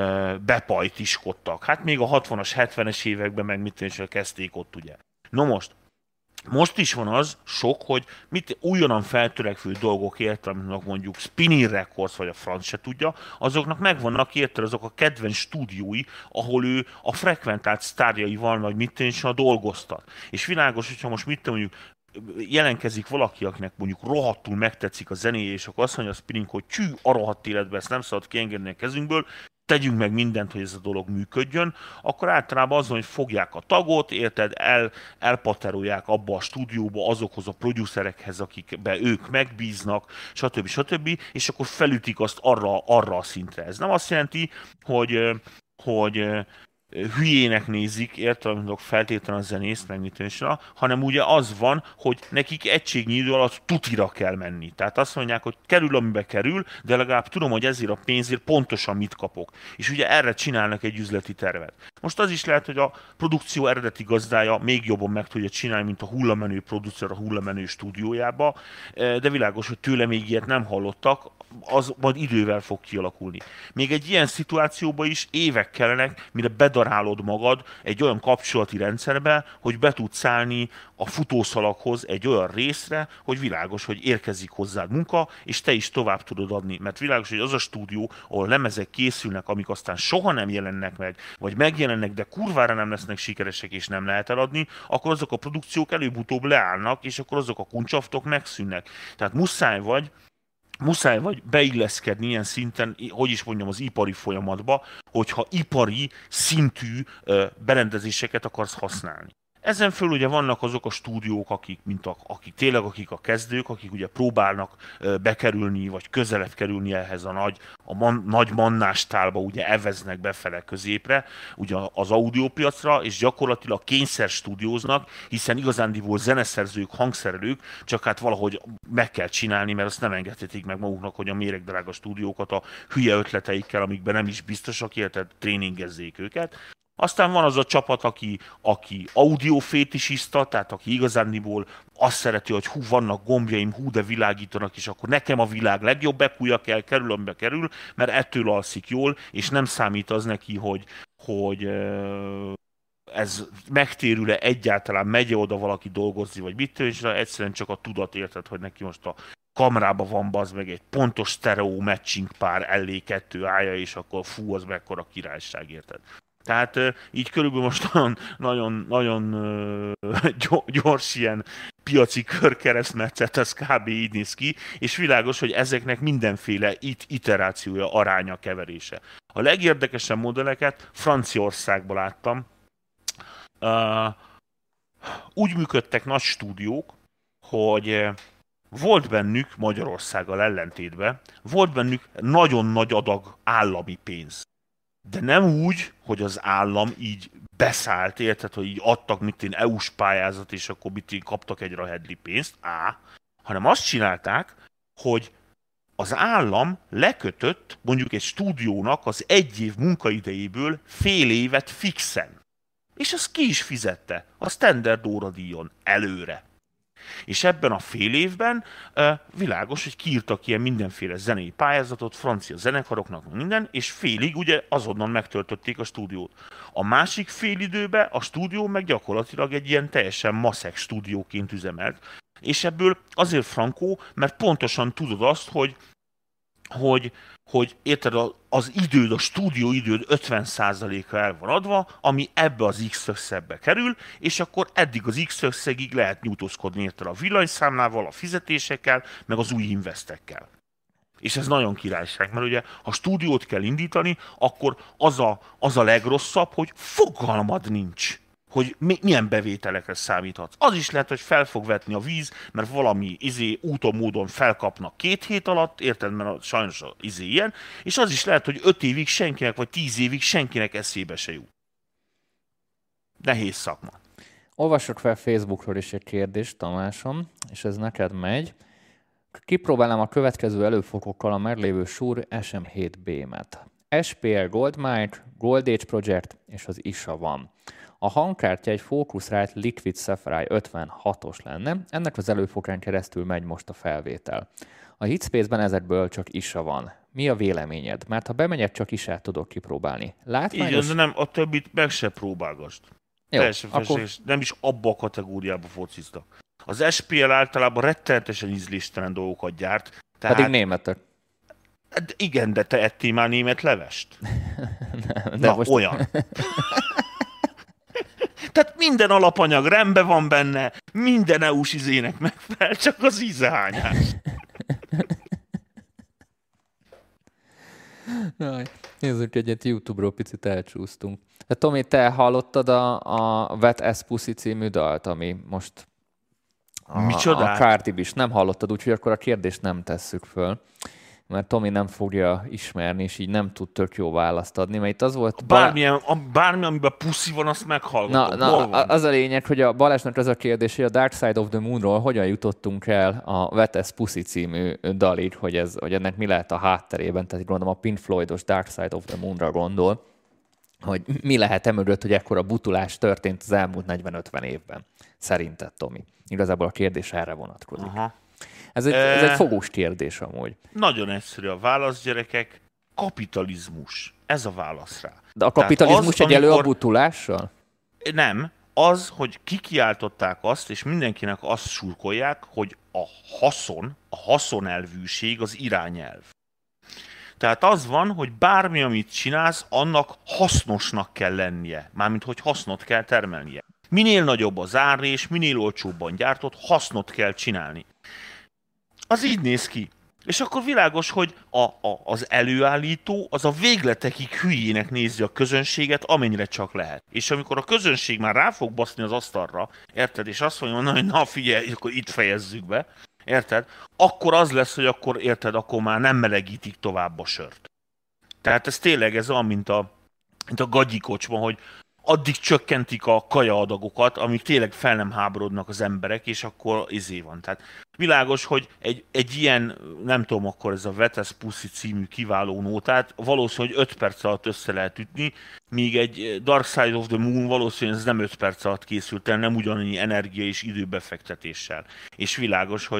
bepajtiskodtak. Hát még a hatvanas, hetvenes években meg mit is kezdték ott, ugye. No most, most is van az sok, hogy mit újonnan feltörekvő dolgok értelmenek, mondjuk Spinning Records, vagy a franc se tudja, azoknak megvannak értelme azok a kedvenc stúdiói, ahol ő a frekventált sztárjaival, vagy mit tényleg dolgoztat. És világos, hogyha most mit mondjuk jelenkezik valaki, akinek mondjuk rohadtul megtetszik a zenéje, és akkor azt mondja a Spinning, hogy csű, a rohadt életben ezt nem szabad kiengedni a kezünkből, tegyünk meg mindent, hogy ez a dolog működjön, akkor általában azon, hogy fogják a tagot, érted, el, elpaterolják abba a stúdióba azokhoz a producerekhez, akikbe ők megbíznak, stb. stb. És akkor felütik azt arra, arra a szintre. Ez nem azt jelenti, hogy, hogy hülyének nézik, értelemben feltétlenül a zenészt, meg mit tűnésre, hanem ugye az van, hogy nekik egységnyi idő alatt tutira kell menni. Tehát azt mondják, hogy kerül, amibe kerül, de legalább tudom, hogy ezért a pénzért pontosan mit kapok. És ugye erre csinálnak egy üzleti tervet. Most az is lehet, hogy a produkció eredeti gazdája még jobban meg tudja csinálni, mint a hullamenő producer a hullamenő stúdiójába, de világos, hogy tőle még ilyet nem hallottak, az majd idővel fog kialakulni. Még egy ilyen szituációban is évek kellenek, mire bedarálod magad egy olyan kapcsolati rendszerbe, hogy be tudsz állni a futószalaghoz egy olyan részre, hogy világos, hogy érkezik hozzád munka, és te is tovább tudod adni. Mert világos, hogy az a stúdió, ahol lemezek készülnek, amik aztán soha nem jelennek meg, vagy megjelennek, de kurvára nem lesznek sikeresek, és nem lehet eladni, akkor azok a produkciók előbb-utóbb leállnak, és akkor azok a kuncsaftok megszűnnek. Tehát muszáj vagy Muszáj vagy beilleszkedni ilyen szinten, hogy is mondjam, az ipari folyamatba, hogyha ipari szintű berendezéseket akarsz használni. Ezen föl ugye vannak azok a stúdiók, akik, mint a, akik tényleg akik a kezdők, akik ugye próbálnak bekerülni, vagy közelebb kerülni ehhez a nagy, a man, nagy mannástálba, ugye eveznek befele középre, ugye az audiópiacra, és gyakorlatilag kényszer stúdióznak, hiszen igazándiból zeneszerzők, hangszerelők, csak hát valahogy meg kell csinálni, mert azt nem engedhetik meg maguknak, hogy a méregdrága stúdiókat a hülye ötleteikkel, amikben nem is biztosak, illetve tréningezzék őket. Aztán van az a csapat, aki, aki audiofétisista, tehát aki igazándiból azt szereti, hogy hú, vannak gombjaim, hú, de világítanak, és akkor nekem a világ legjobb ekúja kell, kerül, amibe kerül, mert ettől alszik jól, és nem számít az neki, hogy, hogy ez megtérül-e egyáltalán, megy oda valaki dolgozni, vagy mit, és egyszerűen csak a tudat, érted, hogy neki most a kamerában van bazd meg egy pontos stereo matching pár elé kettő állja, és akkor fú, az mekkora királyság, érted. Tehát így körülbelül most nagyon, nagyon, nagyon gyors ilyen piaci körkeresztmetszet, ez kb. Így néz ki, és világos, hogy ezeknek mindenféle it- iterációja, aránya, keverése. A legérdekesebb modelleket Franciaországban láttam. Uh, úgy működtek nagy stúdiók, hogy volt bennük, Magyarországgal ellentétben, volt bennük nagyon nagy adag állami pénz. De nem úgy, hogy az állam így beszállt, érted, hogy így adtak mit én é u-s pályázat, és akkor mit én kaptak egy rahedli pénzt, á, hanem azt csinálták, hogy az állam lekötött mondjuk egy stúdiónak az egy év munkaidejéből fél évet fixen. És azt ki is fizette a standard óradíjon előre. És ebben a fél évben uh, világos, hogy kiírtak ilyen mindenféle zenei pályázatot, francia zenekaroknak, minden, és félig ugye azonnal megtöltötték a stúdiót. A másik fél időben a stúdió meg gyakorlatilag egy ilyen teljesen maszek stúdióként üzemelt. És ebből azért frankó, mert pontosan tudod azt, hogy hogy, hogy érted, az időd, a stúdió időd ötven százaléka el van adva, ami ebbe az X összegbe kerül, és akkor eddig az X összegig lehet nyújtózkodni, érted, a villanyszámlával, a fizetésekkel, meg az új investekkel. És ez nagyon királyság, mert ugye ha stúdiót kell indítani, akkor az a, az a legrosszabb, hogy fogalmad nincs, hogy milyen bevételekre számíthatsz. Az is lehet, hogy fel fog vetni a víz, mert valami izé úton módon felkapnak két hét alatt, érted, mert a, sajnos az izé ilyen, és az is lehet, hogy öt évig senkinek, vagy tíz évig senkinek eszébe se jut. Nehéz szakma. Olvassuk fel Facebookról is egy kérdést, Tamásom, és ez neked megy. Kipróbálnám a következő előfokokkal a meglévő Shure es em hét bé-met. es pé el Goldmine, Gold Age Project és az i es á van. A hangkártya egy Focusrite Liquid Sapphire ötvenhatos lenne, ennek az előfokán keresztül megy most a felvétel. A Hitspace-ben ezekből csak i es á van. Mi a véleményed? Mert ha bemegyek, csak i es át tudok kipróbálni. Látványos... Igen, de nem, a többit meg se próbálgasd. Jó, Teljesen akkor... nem is abba a kategóriába fociztak. Az es pé el általában rettenetesen ízléstelen dolgokat gyárt. Tehát... Pedig németek. Igen, de te ettél már német levest? Nem, de Na, most... olyan. Tehát minden alapanyag rendben van benne, minden é u-s izének megfelel, csak az ízehányás. Nézzük egyet, YouTube-ról picit elcsúsztunk. De Tomi, te hallottad a, a Wet Ass Pussy című dalt, ami most a, a Cardi B is nem hallottad, úgyhogy akkor a kérdést nem tesszük föl. Mert Tomi nem fogja ismerni, és így nem tud tök jó választ adni, mert itt az volt... Bármilyen, a, bármi, amiben puszi van, azt meghallgatom. Na, na az a lényeg, hogy a Balázsnak az a kérdés, hogy a Dark Side of the Moonról hogyan jutottunk el a Wet Ass Pussy című dalig, hogy, ez, hogy ennek mi lehet a hátterében, tehát gondolom a Pink Floydos Dark Side of the Moonra gondol, hogy mi lehet emögött, hogy ekkora butulás történt az elmúlt negyven-ötven évben. Szerinted, Tomi? Igazából a kérdés erre vonatkozik. Aha. Ez egy, ez egy fogós kérdés amúgy. Nagyon egyszerű a válasz, gyerekek. Kapitalizmus. Ez a válasz rá. De a kapitalizmus az, egyelő amikor... a butulással? Nem. Az, hogy kikiáltották azt, és mindenkinek azt surkolják, hogy a haszon, a haszonelvűség az irányelv. Tehát az van, hogy bármi, amit csinálsz, annak hasznosnak kell lennie. Mármint, hogy hasznot kell termelnie. Minél nagyobb az árrés, minél olcsóbban gyártott, hasznot kell csinálni. Az így néz ki. És akkor világos, hogy a, a, az előállító az a végletekig hülyének nézi a közönséget, amennyire csak lehet. És amikor a közönség már rá fog baszni az asztalra, érted, és azt mondja, hogy na figyelj, akkor itt fejezzük be, érted, akkor az lesz, hogy akkor, érted, akkor már nem melegítik tovább a sört. Tehát ez tényleg ez olyan, mint a, mint a gagyikocsma, hogy addig csökkentik a kajaadagokat, amíg tényleg fel nem háborodnak az emberek, és akkor izé van. Tehát világos, hogy egy, egy ilyen, nem tudom, akkor ez a Wet Ass Pussy című kiváló nótát valószínűleg öt perc alatt össze lehet ütni, míg egy Dark Side of the Moon valószínűleg ez nem öt perc alatt készült el, nem ugyanannyi energia és időbefektetéssel. És világos, hogy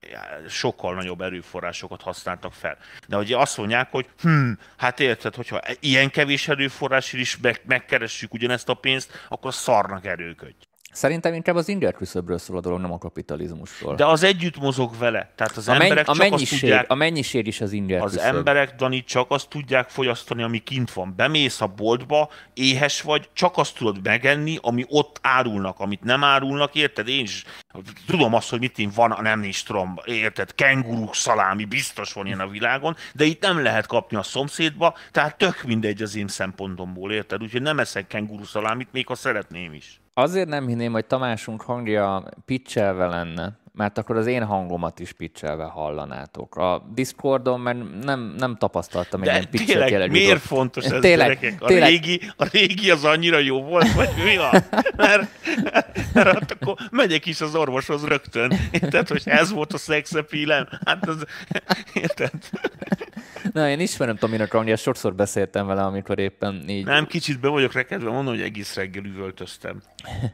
sokkal nagyobb erőforrásokat használtak fel. De ugye azt mondják, hogy hm, hát érted, hogyha ilyen kevés erőforrásért is meg, megkeressük ugyanezt a pénzt, akkor szarnak erőködj. Szerintem inkább az inger küszöbről szól a dolog, nem a kapitalizmusról. De az együtt mozog vele. Tehát az a emberek menny- csak a mennyiség, azt tudják... A mennyiség is az inger Az küszöb. emberek, Dani, csak azt tudják fogyasztani, ami kint van. Bemész a boltba, éhes vagy, csak azt tudod megenni, ami ott árulnak, amit nem árulnak, érted? Én is tudom azt, hogy mit én van, nem is tudom, érted? Kenguruk, szalámi, biztos van ilyen a világon, de itt nem lehet kapni a szomszédba, tehát tök mindegy az én szempontomból, érted? Úgyhogy nem eszek kenguru szalámit, még ha szeretném is. Azért nem hinném, hogy Tamásunk hangja pitchelve lenne, mert akkor az én hangomat is pitchelve hallanátok. A Discordon mert nem, nem tapasztaltam egy ilyen pitchet tényleg, jellegű miért dolgot. fontos ez, tényleg, gyerekek? A, tényleg. Régi, a régi az annyira jó volt, vagy mi van? Mert, mert akkor megyek is az orvoshoz rögtön. Érted, hogy ez volt a szexepílem? Hát az... Érted? Na, én ismerem Tominak hangját, sokszor beszéltem vele, amikor éppen így... Nem, kicsit be vagyok rekedve, mondom, hogy egész reggel üvöltöztem.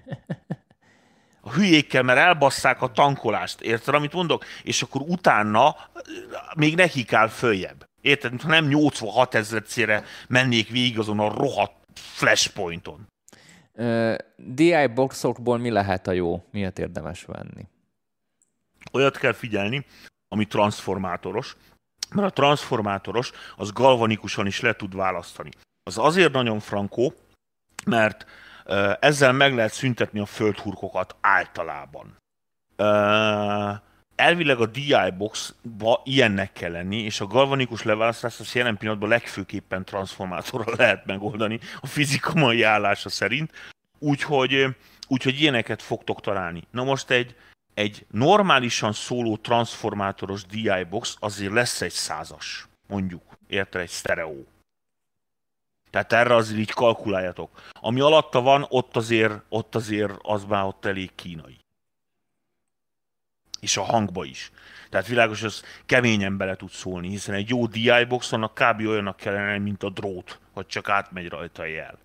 A hülyékkel, mert elbasszák a tankolást, érted, amit mondok? És akkor utána még nekik áll följebb. Érted? Mintha nem nyolcvanhat ezredszére mennék végig azon a rohadt flashpointon. Uh, dé i boxokból mi lehet a jó? Miért érdemes venni? Olyat kell figyelni, ami transformátoros, mert a transformátoros az galvanikusan is le tud választani. Az azért nagyon frankó, mert uh, ezzel meg lehet szüntetni a földhurkokat általában. Uh, elvileg a dé i boxba ilyennek kell lenni, és a galvanikus leválasztást azt jelen pillanatban legfőképpen transformátorral lehet megoldani a fizika mai állása szerint, úgyhogy, úgyhogy ilyeneket fogtok találni. Na most egy Egy normálisan szóló transformátoros dé i box azért lesz egy százas, mondjuk, érted, egy sztereó. Tehát erre azért így kalkuláljatok. Ami alatta van, ott azért, ott azért az már ott elég kínai. És a hangba is. Tehát világos, az keményen bele tud szólni, hiszen egy jó dé i boxonnak kb. Olyannak kellene, mint a drót, hogy csak átmegy rajta a jel.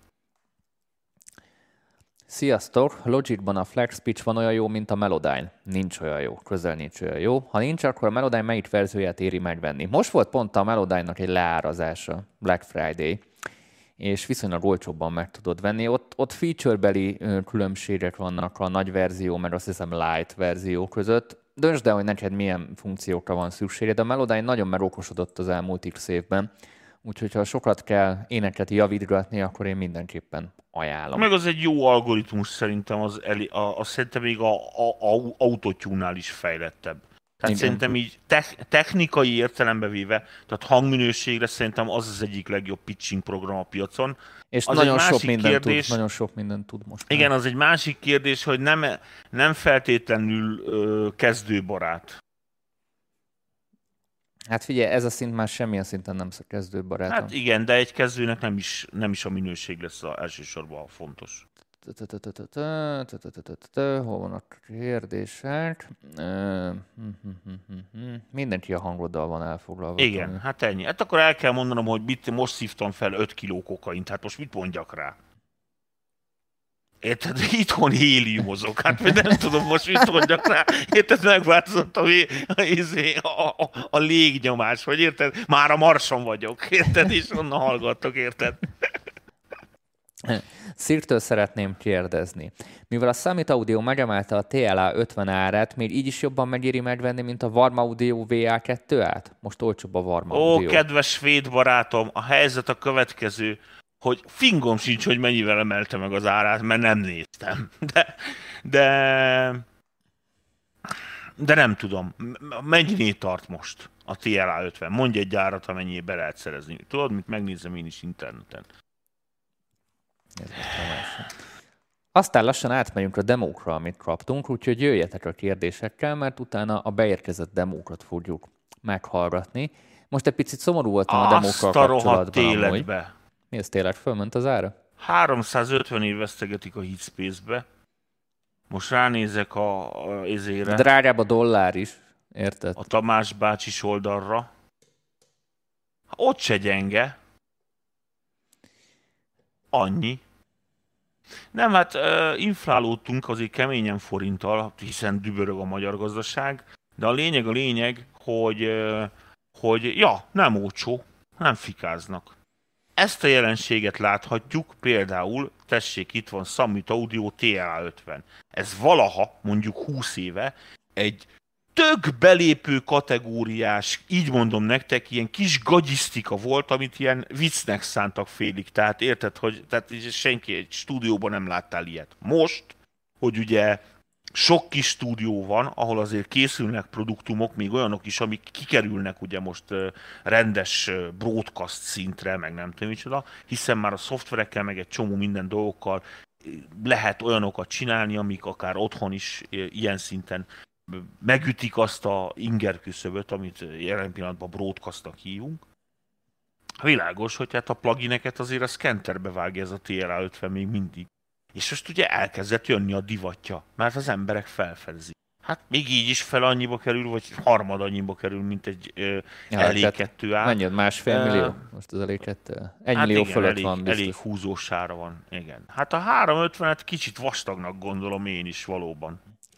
Sziasztok! Logicban a Flex Pitch van olyan jó, mint a Melodyne. Nincs olyan jó, közel nincs olyan jó. Ha nincs, akkor a Melodyne melyik verzióját éri megvenni? Most volt pont a Melodyne-nak egy leárazása, Black Friday, és viszonylag olcsóbban meg tudod venni. Ott, ott feature-beli különbségek vannak a nagy verzió, meg azt hiszem light verzió között. Döntsd el, hogy neked milyen funkciókra van szükséged. A Melodyne nagyon megokosodott az elmúlt x évben, úgyhogy ha sokat kell éneket javítgatni, akkor én mindenképpen ajánlom. Meg az egy jó algoritmus szerintem, az, elé, a, a szerintem még a, a, a autotune-nál is fejlettebb. Tehát igen. Szerintem így te, technikai értelembe véve, tehát hangminőségre szerintem az az egyik legjobb pitching program a piacon. És az nagyon sok, mindent kérdés, tud, nagyon sok mindent tud most. Igen, az egy másik kérdés, hogy nem, nem feltétlenül ö, kezdőbarát. Hát figyelj, ez a szint már semmilyen szinten nem kezdőbarátom. Hát igen, de egy kezdőnek nem is, nem is a minőség lesz a elsősorban fontos. Hol van a kérdések? Mindenki a hangoddal van elfoglalva. Igen, hát ennyi. Hát akkor el kell mondanom, hogy mit, most szívtam fel öt kiló kokaint, hát most mit mondjak rá? Érted? Itthon héliumozok. Hát nem tudom most mit mondjak rá. Érted? Megváltozott a, a, a, a légnyomás, vagy érted? Már a Marson vagyok. Érted? És onnan hallgattok, érted? Szirtől szeretném kérdezni. Mivel a Summit Audio megemelte a té el á ötven árát, még így is jobban megéri megvenni, mint a Varma Audio vé á kettő át? Most olcsóbb a Varma Ó, Audio. kedves svéd barátom, a helyzet a következő, hogy fingom sincs, hogy mennyivel emelte meg az árát, mert nem néztem. De, de, de nem tudom. Mennyiné tart most a té el á ötven? Mondj egy árat, amennyibe lehet szerezni. Tudod, mit megnézem én is interneten. Aztán lassan átmegyünk a demókra, amit kaptunk, úgyhogy jöjjetek a kérdésekkel, mert utána a beérkezett demókat fogjuk meghallgatni. Most egy picit szomorú voltam a demókkal kapcsolatban amúgy. Mi ez tényleg? Fölment az ára? háromszázötven év vesztegetik a Heatspace-be. Most ránézek a, a ezére. Drágább a dollár is, érted? A Tamás bácsis oldalra. Ott se gyenge. Annyi. Nem, hát uh, inflálódtunk azért keményen forinttal, hiszen dübörög a magyar gazdaság. De a lényeg a lényeg, hogy, hogy ja, nem olcsó, nem fikáznak. Ezt a jelenséget láthatjuk, például, tessék, itt van Summit Audio té el á ötven. Ez valaha, mondjuk húsz éve, egy tök belépő kategóriás, így mondom nektek, ilyen kis gagyisztika volt, amit ilyen viccnek szántak félig. Tehát érted, hogy tehát senki egy stúdióban nem láttál ilyet. Most, hogy ugye sok kis stúdió van, ahol azért készülnek produktumok, még olyanok is, amik kikerülnek ugye most rendes broadcast szintre, meg nem tudom micsoda, hiszen már a szoftverekkel, meg egy csomó minden dolgokkal lehet olyanokat csinálni, amik akár otthon is ilyen szinten megütik azt a inger küszöböt, amit jelen pillanatban broadcastnak hívunk. Világos, hogy hát a plugineket azért a Scanterbe vágja ez a té el á ötven még mindig. És most ugye elkezdett jönni a divatja, mert az emberek felfedezik. Hát még így is fel annyiba kerül, vagy harmad annyiba kerül, mint egy uh, ja, el é kettő á. Mennyi, másfél uh, millió? Most az el é kettő? Egy hát millió igen, fölött elég, van biztos. Elég húzósára van, igen. Hát a háromszázötvenet kicsit vastagnak gondolom én is valóban.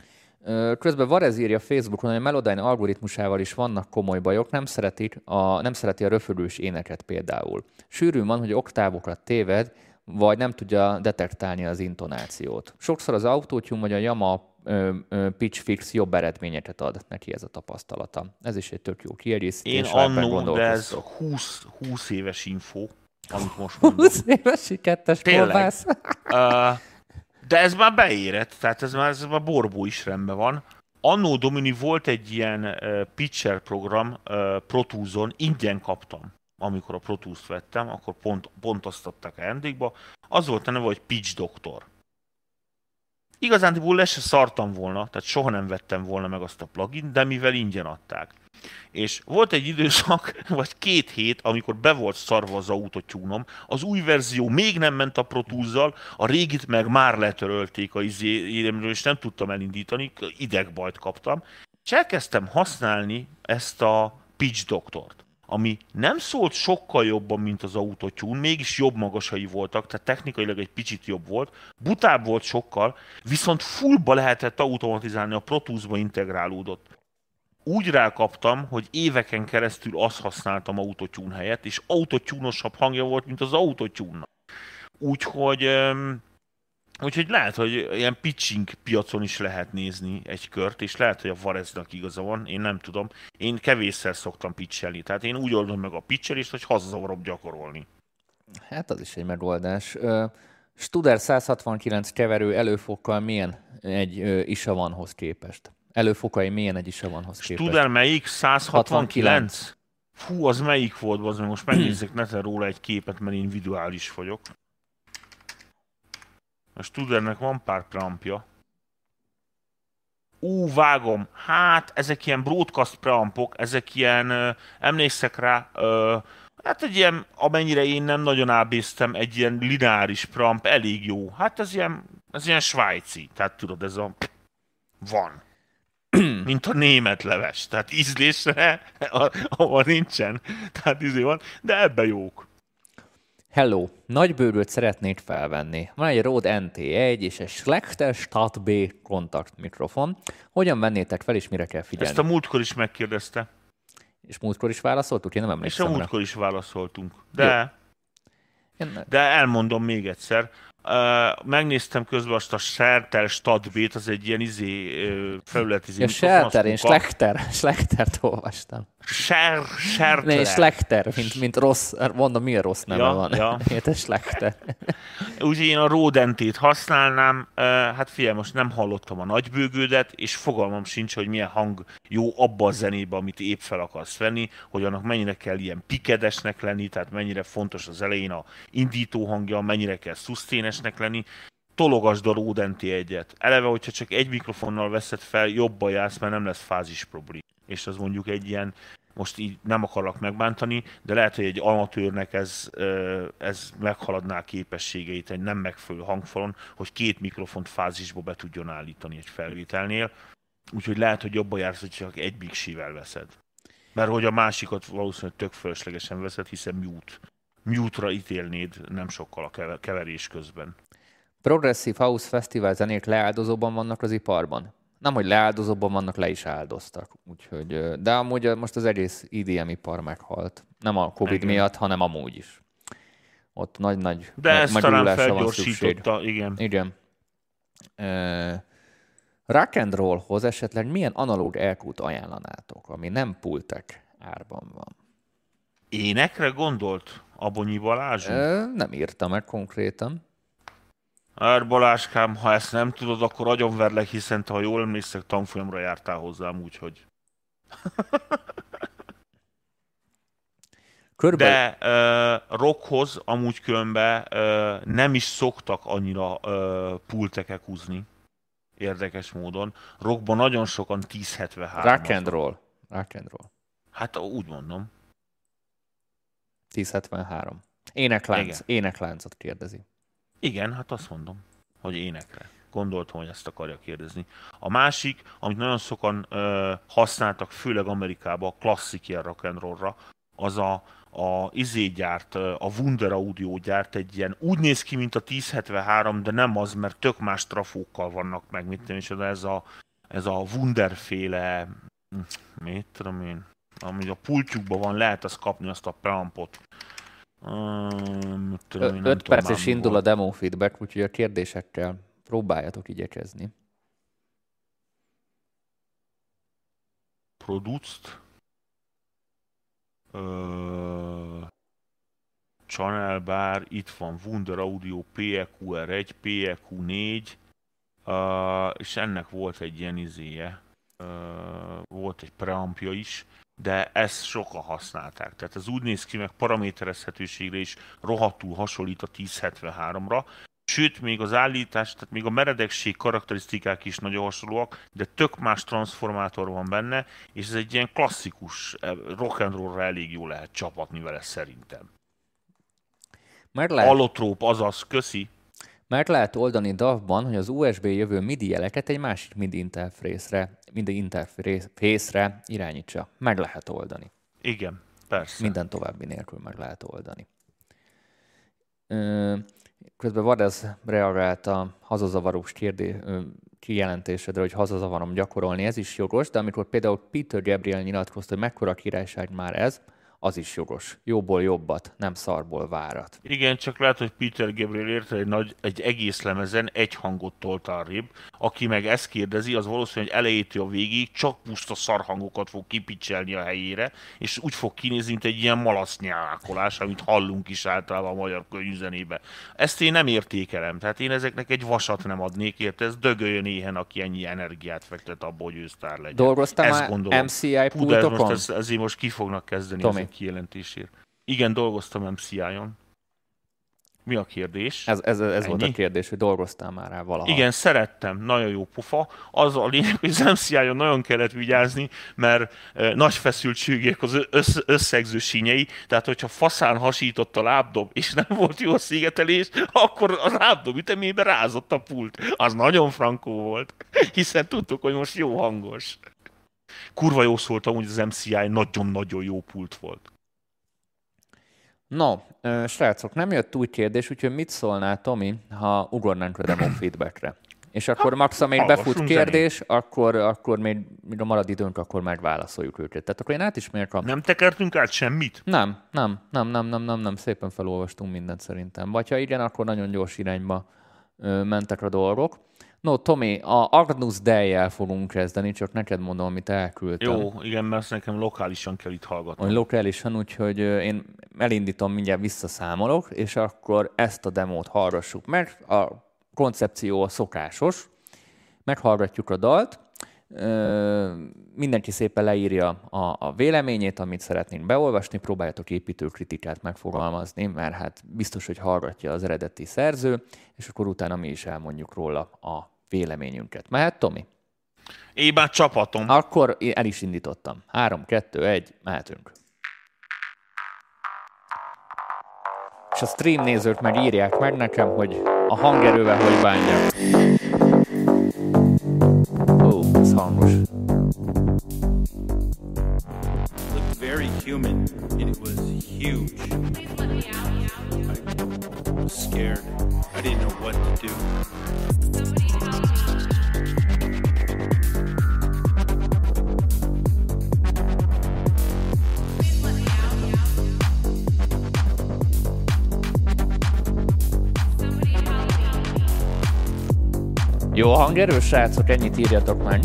Közben Varez írja Facebookon, hogy a Melodyne algoritmusával is vannak komoly bajok, nem szereti a, nem szereti a röfögős éneket például. Sűrűn van, hogy oktávokat téved, vagy nem tudja detektálni az intonációt. Sokszor az Auto-Tune vagy a Yamaha Pitch Fix jobb eredményeket ad, neki ez a tapasztalata. Ez is egy tök jó kiegészítés. Én annó, de ez húsz, húsz éves info, amit most mondom. húsz éves kettes kolbász. uh, de ez már beérett, tehát ez már, ez már borbó is rendben van. Annó Domini volt egy ilyen uh, pitcher program uh, Pro Tools-on, ingyen kaptam. Amikor a Pro Tools-t vettem, akkor pont, pontoztatták ajándékba. Az volt a neve, hogy Pitch Doctor. Igazándiból le se szartam volna, tehát soha nem vettem volna meg azt a plugin, de mivel ingyen adták. És volt egy időszak, vagy két hét, amikor be volt szarva az Auto-Tune-om, az új verzió még nem ment a Pro Tools-zal, a régit meg már letörölték a izémről, és nem tudtam elindítani, idegbajt kaptam, és elkezdtem használni ezt a Pitch Doctort, ami nem szólt sokkal jobban, mint az Auto-Tune, mégis jobb magasai voltak, tehát technikailag egy picit jobb volt, butább volt sokkal, viszont fullba lehetett automatizálni, a Pro Tools-ba integrálódott. Úgy rákaptam, hogy éveken keresztül azt használtam Auto-Tune helyett, és Auto-Tune-osabb hangja volt, mint az Auto-Tune-nak. Úgyhogy, úgyhogy lehet, hogy ilyen pitching piacon is lehet nézni egy kört, és lehet, hogy a Vareznak igaza van, én nem tudom. Én kevésszer szoktam pitchelni, tehát én úgy oldom meg a pitchelést, hogy hazazavarom gyakorolni. Hát az is egy megoldás. Studer száz hatvankilenc keverő előfokkal milyen egy Isavanhoz képest? Előfokai milyen egy Isavanhoz képest? Studer melyik? száz hatvankilenc? Fú, az melyik volt? Az, most megnézzek neten róla egy képet, mert én vizuális vagyok. A Studernek van pár preampja. Ú, vágom. Hát, ezek ilyen broadcast preampok, ezek ilyen, emlékszek rá, ö, hát egy ilyen, amennyire én nem nagyon ábéztem, egy ilyen lineáris preamp elég jó. Hát ez ilyen, ez ilyen svájci. Tehát tudod, ez a... van. Mint a német leves. Tehát ízlésre, ahol nincsen. Tehát izé van, de ebben jók. Hello, nagybőrűt szeretnék felvenni. Van egy Rode en té egy és egy Schlechter Stat B kontakt mikrofon. Hogyan vennétek fel, és mire kell figyelni? Ezt a múltkor is megkérdezte. És múltkor is válaszoltuk? Én nem emlékszem. És a múltkor is válaszoltunk. De, de elmondom még egyszer. Uh, megnéztem közben azt a Shelter Stat B-t, az egy ilyen izé, uh, felületizé. Ja, Shelter, én Schlechter, Schlechtert olvastam. Sher, Shelter. Ne, Schlechter, mint, mint rossz, mondom, milyen rossz neve ja, van. Ja. Érte, Schlechter. Úgyhogy én a Rode en té-t használnám, uh, hát figyelj, most nem hallottam a nagybőgődet, és fogalmam sincs, hogy milyen hang jó abba a zenébe, amit épp fel akarsz venni, hogy annak mennyire kell ilyen pikedesnek lenni, tehát mennyire fontos az elején a indító hangja, mennyire kell szuszténesnek lenni. Tologasd a Rode en té egyet. Eleve, hogyha csak egy mikrofonnal veszed fel, jobban jársz, mert nem lesz fázis problém. És az mondjuk egy ilyen, most így nem akarlak megbántani, de lehet, hogy egy amatőrnek ez, ez meghaladná a képességeit egy nem megfelelő hangfalon, hogy két mikrofont fázisba be tudjon állítani egy felvételnél. Úgyhogy lehet, hogy jobban jársz, hogy csak egy mixivel veszed. Mert hogy a másikat valószínűleg tök fölöslegesen veszed, hiszen mute. Mute-ra ítélnéd nem sokkal a keverés közben. Progressive House Festival zenék leáldozóban vannak az iparban. Nem, hogy leáldozóban vannak, le is áldoztak. Úgyhogy, de amúgy most az egész I D M ipar meghalt. Nem a Covid igen. miatt, hanem amúgy is. Ott nagy-nagy de ezt talán felgyorsította, igen. Igen. Uh, rock and rollhoz esetleg milyen analóg elkút ajánlanátok, ami nem pultek árban van? Énekre gondolt Abonyi Balázs? Uh, nem írta meg konkrétan. Hát Balázskám, ha ezt nem tudod, akkor agyonverlek, hiszen te, ha jól emlékszek, tanfolyamra jártál hozzám, úgyhogy... Körbe... De uh, rockhoz amúgy különben uh, nem is szoktak annyira uh, pultekek húzni. Érdekes módon. Rockban nagyon sokan tíz hetvenhárom. Rock and roll. Rock and roll. Hát úgy mondom. tíz hetvenhárom. Éneklánc. Énekláncot kérdezi. Igen, hát azt mondom, hogy énekre. Gondoltam, hogy ezt akarja kérdezni. A másik, amit nagyon sokan uh, használtak, főleg Amerikában, klasszik ilyen rock and rollra, az a, a izé gyárt, a Wunder Audio gyárt egy ilyen, úgy néz ki, mint a tíz hetvenhárom, de nem az, mert tök más trafókkal vannak meg, mit tudom, és ez a, ez a Wunderféle, mit tudom én, ami a pultjukban van, lehet azt kapni, azt a preampot. Um, öt perces indul a demo feedback, úgyhogy a kérdésekkel próbáljatok igyekezni. Produced. Uh, Channel Bar, itt van Wunder Audio P E Q R egy, P E Q négy, uh, és ennek volt egy ilyen izéje, uh, volt egy preampja is, de ezt sokan használták. Tehát ez úgy néz ki, meg paraméterezhetőségre is rohadtul hasonlít a tíz hetvenháromra. Sőt, még az állítás, tehát még a meredekség karakterisztikák is nagyon hasonlóak, de tök más transformátor van benne, és ez egy ilyen klasszikus rock and rollra elég jól lehet csapatni vele szerintem. Mert lehet, Allotróp, azaz, köszi. Mert lehet oldani dé á vé-ban, hogy az u es bé jövő MIDI jeleket egy másik MIDI interfészre, MIDI interfészre irányítsa. Meg lehet oldani. Igen, persze. Minden további nélkül meg lehet oldani. Ö, közben Vadez reagált a hazazavarós kérdé, kijelentésedre, hogy hazazavarom gyakorolni, ez is jogos, de amikor például Peter Gabriel nyilatkozta, hogy mekkora királyság már ez, az is jogos. Jóból jobbat, nem szarból várat. Igen, csak lehet, hogy Peter Gabriel érte egy, nagy, egy egész lemezen egy hangot tolt arrébb. Aki meg ezt kérdezi, az valószínűleg elejétől a végig csak puszta szarhangokat fog kipicselni a helyére, és úgy fog kinézni, mint egy ilyen malasznyákolás, amit hallunk is általában a magyar könyvzenébe. Ezt én nem értékelem, tehát én ezeknek egy vasat nem adnék, érte, ez dögöljön éhen, aki ennyi energiát fektet abba, hogy ő sztár legyen. Dolgoztál már em cé i pultokon? Ez, ezért most ki fognak kezdeni Tomi. Ezek kijelentésért. Igen, dolgoztam em cé i-on. Mi a kérdés? Ez, ez, ez volt a kérdés, hogy dolgoztál már rá valaha. Igen, szerettem, nagyon jó pofa. Az a lényeg, hogy az em cé i-on nagyon kellett vigyázni, mert e, nagy feszültségek az össz, összegző sínyei, tehát hogyha faszán hasított a lábdob, és nem volt jó a szigetelés, akkor a lábdob ütemében rázott a pult. Az nagyon frankó volt, hiszen tudtuk, hogy most jó hangos. Kurva jó szóltam, hogy az em cé i nagyon-nagyon jó pult volt. No, srácok, nem jött új kérdés, úgyhogy mit szólnál, Tomi, ha ugornánk a demo feedbackre? És akkor ha, max, amíg befut kérdés, akkor, akkor még, még a marad időnk, akkor megválaszoljuk őket. Tehát akkor én átismérek a... Nem tekertünk át semmit? Nem, nem, nem, nem, nem, nem, nem, szépen felolvastunk mindent szerintem. Vagy ha igen, akkor nagyon gyors irányba ö, mentek a dolgok. No, Tomi, a Agnus Dei-jel fogunk kezdeni, csak neked mondom, amit elküldtem. Jó, igen, mert azt nekem lokálisan kell itt hallgatnom. Lokálisan, úgyhogy én elindítom, mindjárt visszaszámolok, és akkor ezt a demót hallgassuk meg. A koncepció a szokásos. Meghallgatjuk a dalt, mindenki szépen leírja a, a véleményét, amit szeretnénk beolvasni, próbáljatok építő kritikát megfogalmazni, mert hát biztos, hogy hallgatja az eredeti szerző, és akkor utána mi is elmondjuk róla a véleményünket. Mehet, Tomi? Én már csapatom. Akkor el is indítottam. Három, kettő, egy, mehetünk. És a stream nézők meg írják meg nekem, hogy a hangerővel hogy bánják. Ó, ez hangos. It looked very human, and it was huge. I was scared. I didn't know what to do. Jó hangerő, srácok, ennyit írjatok meg.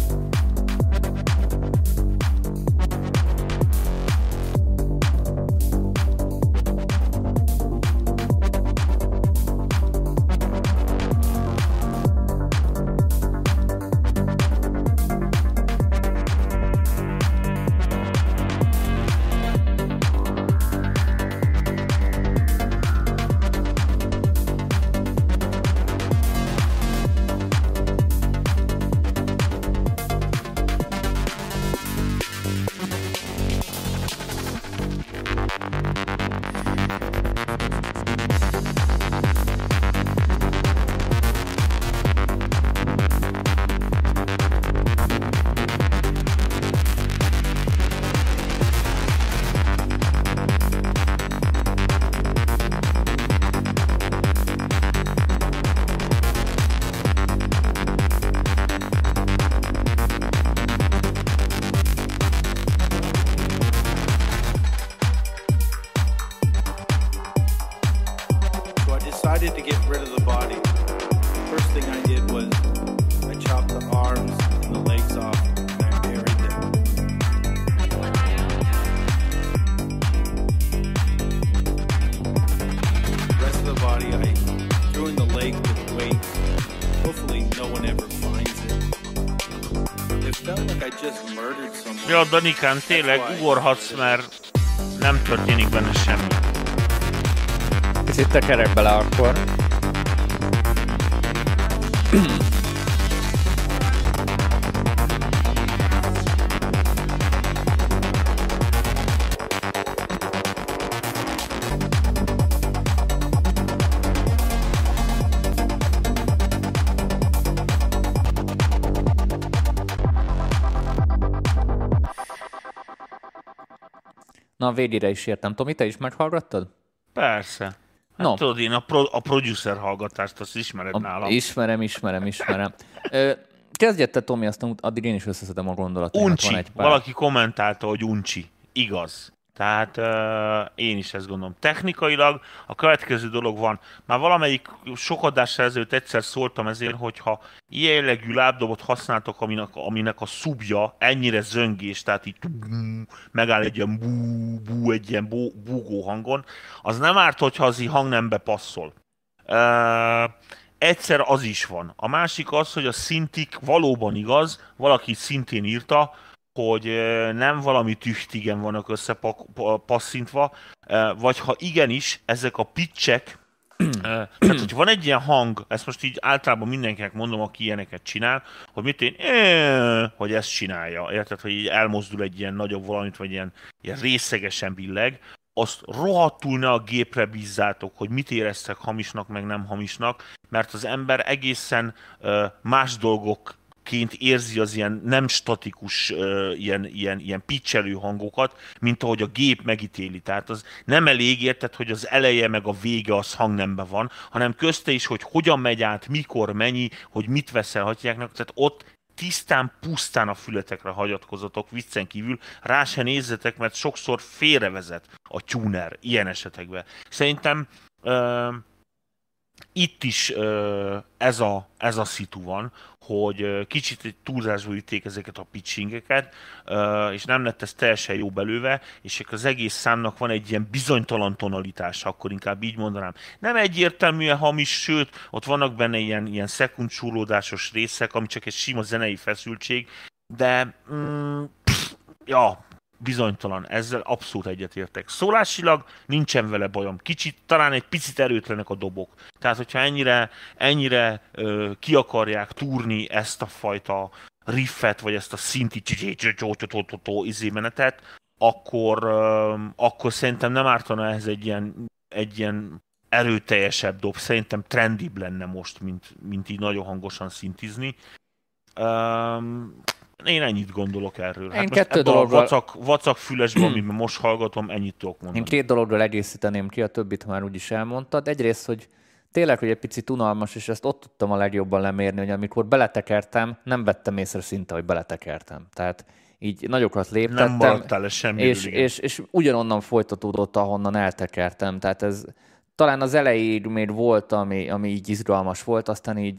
decided to get rid of the body. First thing I did was I chopped the arms and the legs off and I buried them. The rest of the body I threw in the lake with weights. Hopefully no one ever finds it. It felt like I just murdered someone. Ja, Danikám, tényleg ugorhatsz, mert nem történik benne semmi. Kicsit tekerek bele akkor. Na, a végére is értem. Tomi, te is meghallgattad? Persze. Hát No. tudod, én a, pro, a producer hallgatást, azt ismered A, nálam. ismerem, ismerem, ismerem. Ö, Kezdjed te, Tomi, aztán addig én is összeszedem a gondolatomat. Uncsi. Van egy pár. Valaki kommentálta, hogy uncsi. Igaz. Tehát uh, én is ezt gondolom. Technikailag a következő dolog van. Már valamelyik sok adással ezelőtt egyszer szóltam ezért, hogyha ilyen jellegű lábdobot használtok, aminek, aminek a szubja ennyire zöngés, tehát így megáll egy ilyen bú, bú, egy ilyen bú, búgó hangon, az nem árt, hogyha az így hangnembe passzol. Uh, egyszer az is van. A másik az, hogy a szintik valóban igaz, valaki szintén írta, hogy nem valami tüchtigen vannak összepasszintva, vagy ha igenis, ezek a pitchek, tehát hogy van egy ilyen hang, ezt most így általában mindenkinek mondom, aki ilyeneket csinál, hogy mit én, hogy ezt csinálja, érted, hogy így elmozdul egy ilyen nagyobb valamit, vagy ilyen, ilyen részegesen billeg, azt rohadtul ne a gépre bízzátok, hogy mit éreztek hamisnak, meg nem hamisnak, mert az ember egészen más dolgok ként érzi az ilyen nem statikus uh, ilyen, ilyen, ilyen pitchelő hangokat, mint ahogy a gép megítéli. Tehát az nem elég, érted, hogy az eleje meg a vége az hangnemben van, hanem közte is, hogy hogyan megy át, mikor, mennyi, hogy mit veszel hagyjáknak. Tehát ott tisztán, pusztán a fületekre hagyatkozatok, viccen kívül, rá se nézzetek, mert sokszor félrevezet a tuner ilyen esetekben. Szerintem uh, itt is uh, ez, a, ez a szitu van, hogy uh, kicsit egy túlzásba vitték ezeket a pitchingeket, uh, és nem lett ez teljesen jó belőle, és az egész számnak van egy ilyen bizonytalan tonalitása, akkor inkább így mondanám. Nem egyértelműen hamis, sőt, ott vannak benne ilyen, ilyen szekundcsúlódásos részek, ami csak egy sima zenei feszültség, de mm, pff, ja, bizonytalan, ezzel abszolút egyetértek. Szólásilag nincsen vele bajom. Kicsit, talán egy picit erőtlenek a dobok. Tehát, hogyha ennyire, ennyire ö, ki akarják túrni ezt a fajta riffet, vagy ezt a szinti izémenetet, akkor, ö, akkor szerintem nem ártana ehhez egy ilyen, egy ilyen erőteljesebb dob. Szerintem trendibb lenne most, mint, mint így nagyon hangosan szintizni. Um, Én ennyit gondolok erről. Hát Én most kettő ebből dologról... a vacak, vacak fülesben, amiben most hallgatom, ennyit tudok mondani. Én két dologról egészíteném ki, a többit már úgyis elmondtad. Egyrészt, hogy tényleg, hogy egy picit unalmas, és ezt ott tudtam a legjobban lemérni, hogy amikor beletekertem, nem vettem észre szinte, hogy beletekertem. Tehát így nagyokat léptettem. Nem maradtál ez semmiről, és, és, és ugyanonnan folytatódott, ahonnan eltekertem. Tehát ez talán az elején még volt, ami, ami így izgalmas volt, aztán így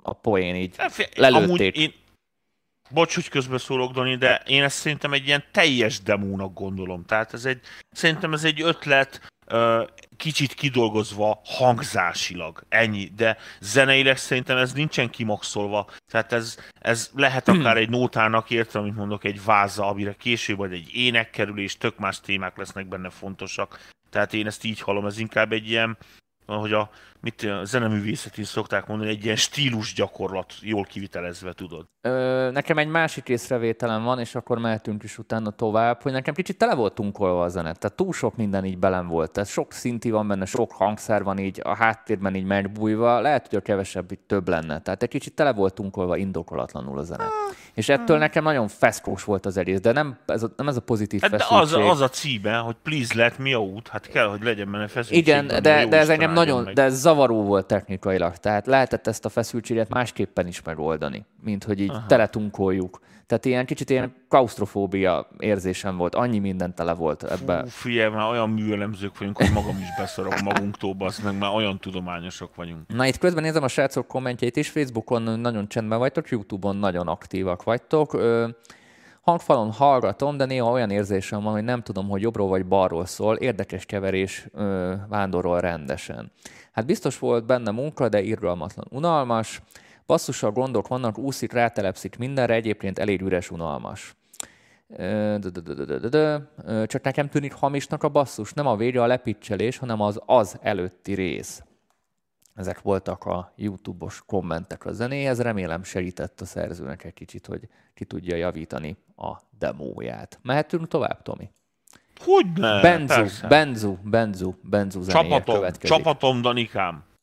a poén így Amúgy lelőtték. én, bocs, hogy közbeszólok, Dani, de én ezt szerintem egy ilyen teljes demónak gondolom. Tehát ez egy, szerintem ez egy ötlet, kicsit kidolgozva hangzásilag, ennyi, de zeneileg szerintem ez nincsen kimaxolva, tehát ez, ez lehet akár egy nótának, értem, amit mondok, egy váza, amire később vagy egy ének kerül, és tök más témák lesznek benne fontosak. Tehát én ezt így hallom, ez inkább egy ilyen, ahogy a, mit, a zeneművészetén szokták mondani, egy ilyen stílus gyakorlat, jól kivitelezve, tudod. Ö, nekem egy másik észrevételem van, és akkor mehetünk is utána tovább, hogy nekem kicsit tele volt tunkolva a zene. Tehát túl sok minden így belem volt. Tehát sok szinti van benne, sok hangszer van így, a háttérben így megbújva. Lehet, hogy a kevesebb így több lenne. Tehát egy kicsit tele volt tunkolva indokolatlanul a zene. És ettől nekem nagyon feszkós volt az egész, de nem ez a, nem ez a pozitív hát feszültség. De az, az a címe, hogy please let me out, hát kell, hogy legyen benne feszültség. Igen, de, de, de ez engem nagyon, meg. de ez zavaró volt technikailag. Tehát lehetett ezt a feszültséget másképpen is megoldani, mint hogy így teletunkoljuk. Tehát ilyen kicsit ilyen klausztrofóbia érzésem volt, annyi minden tele volt ebben. Fú, figyelj, már olyan műelemzők vagyunk, hogy magam is beszarok magunktól, az meg már olyan tudományosak vagyunk. Na itt közben nézem a srácok kommentjeit is, Facebookon nagyon csendben vagytok, YouTube-on nagyon aktívak vagytok. Ö, hangfalon hallgatom, de néha olyan érzésem van, hogy nem tudom, hogy jobbról vagy balról szól, érdekes keverés ö, vándorol rendesen. Hát biztos volt benne munka, de irgalmatlan unalmas. Basszussal gondok vannak, úszik, rátelepszik mindenre, egyébként elég üres, unalmas. Csak nekem tűnik hamisnak a basszus, nem a vége a lepicselés, hanem az az előtti rész. Ezek voltak a YouTube-os kommentek a zenéhez, remélem segített a szerzőnek egy kicsit, hogy ki tudja javítani a demóját. Mehetünk tovább, Tomi? Hogyne, Benzu, persze. Benzu, Benzu, Benzu zenéje Csapatom, következik. csapatom, Danikám.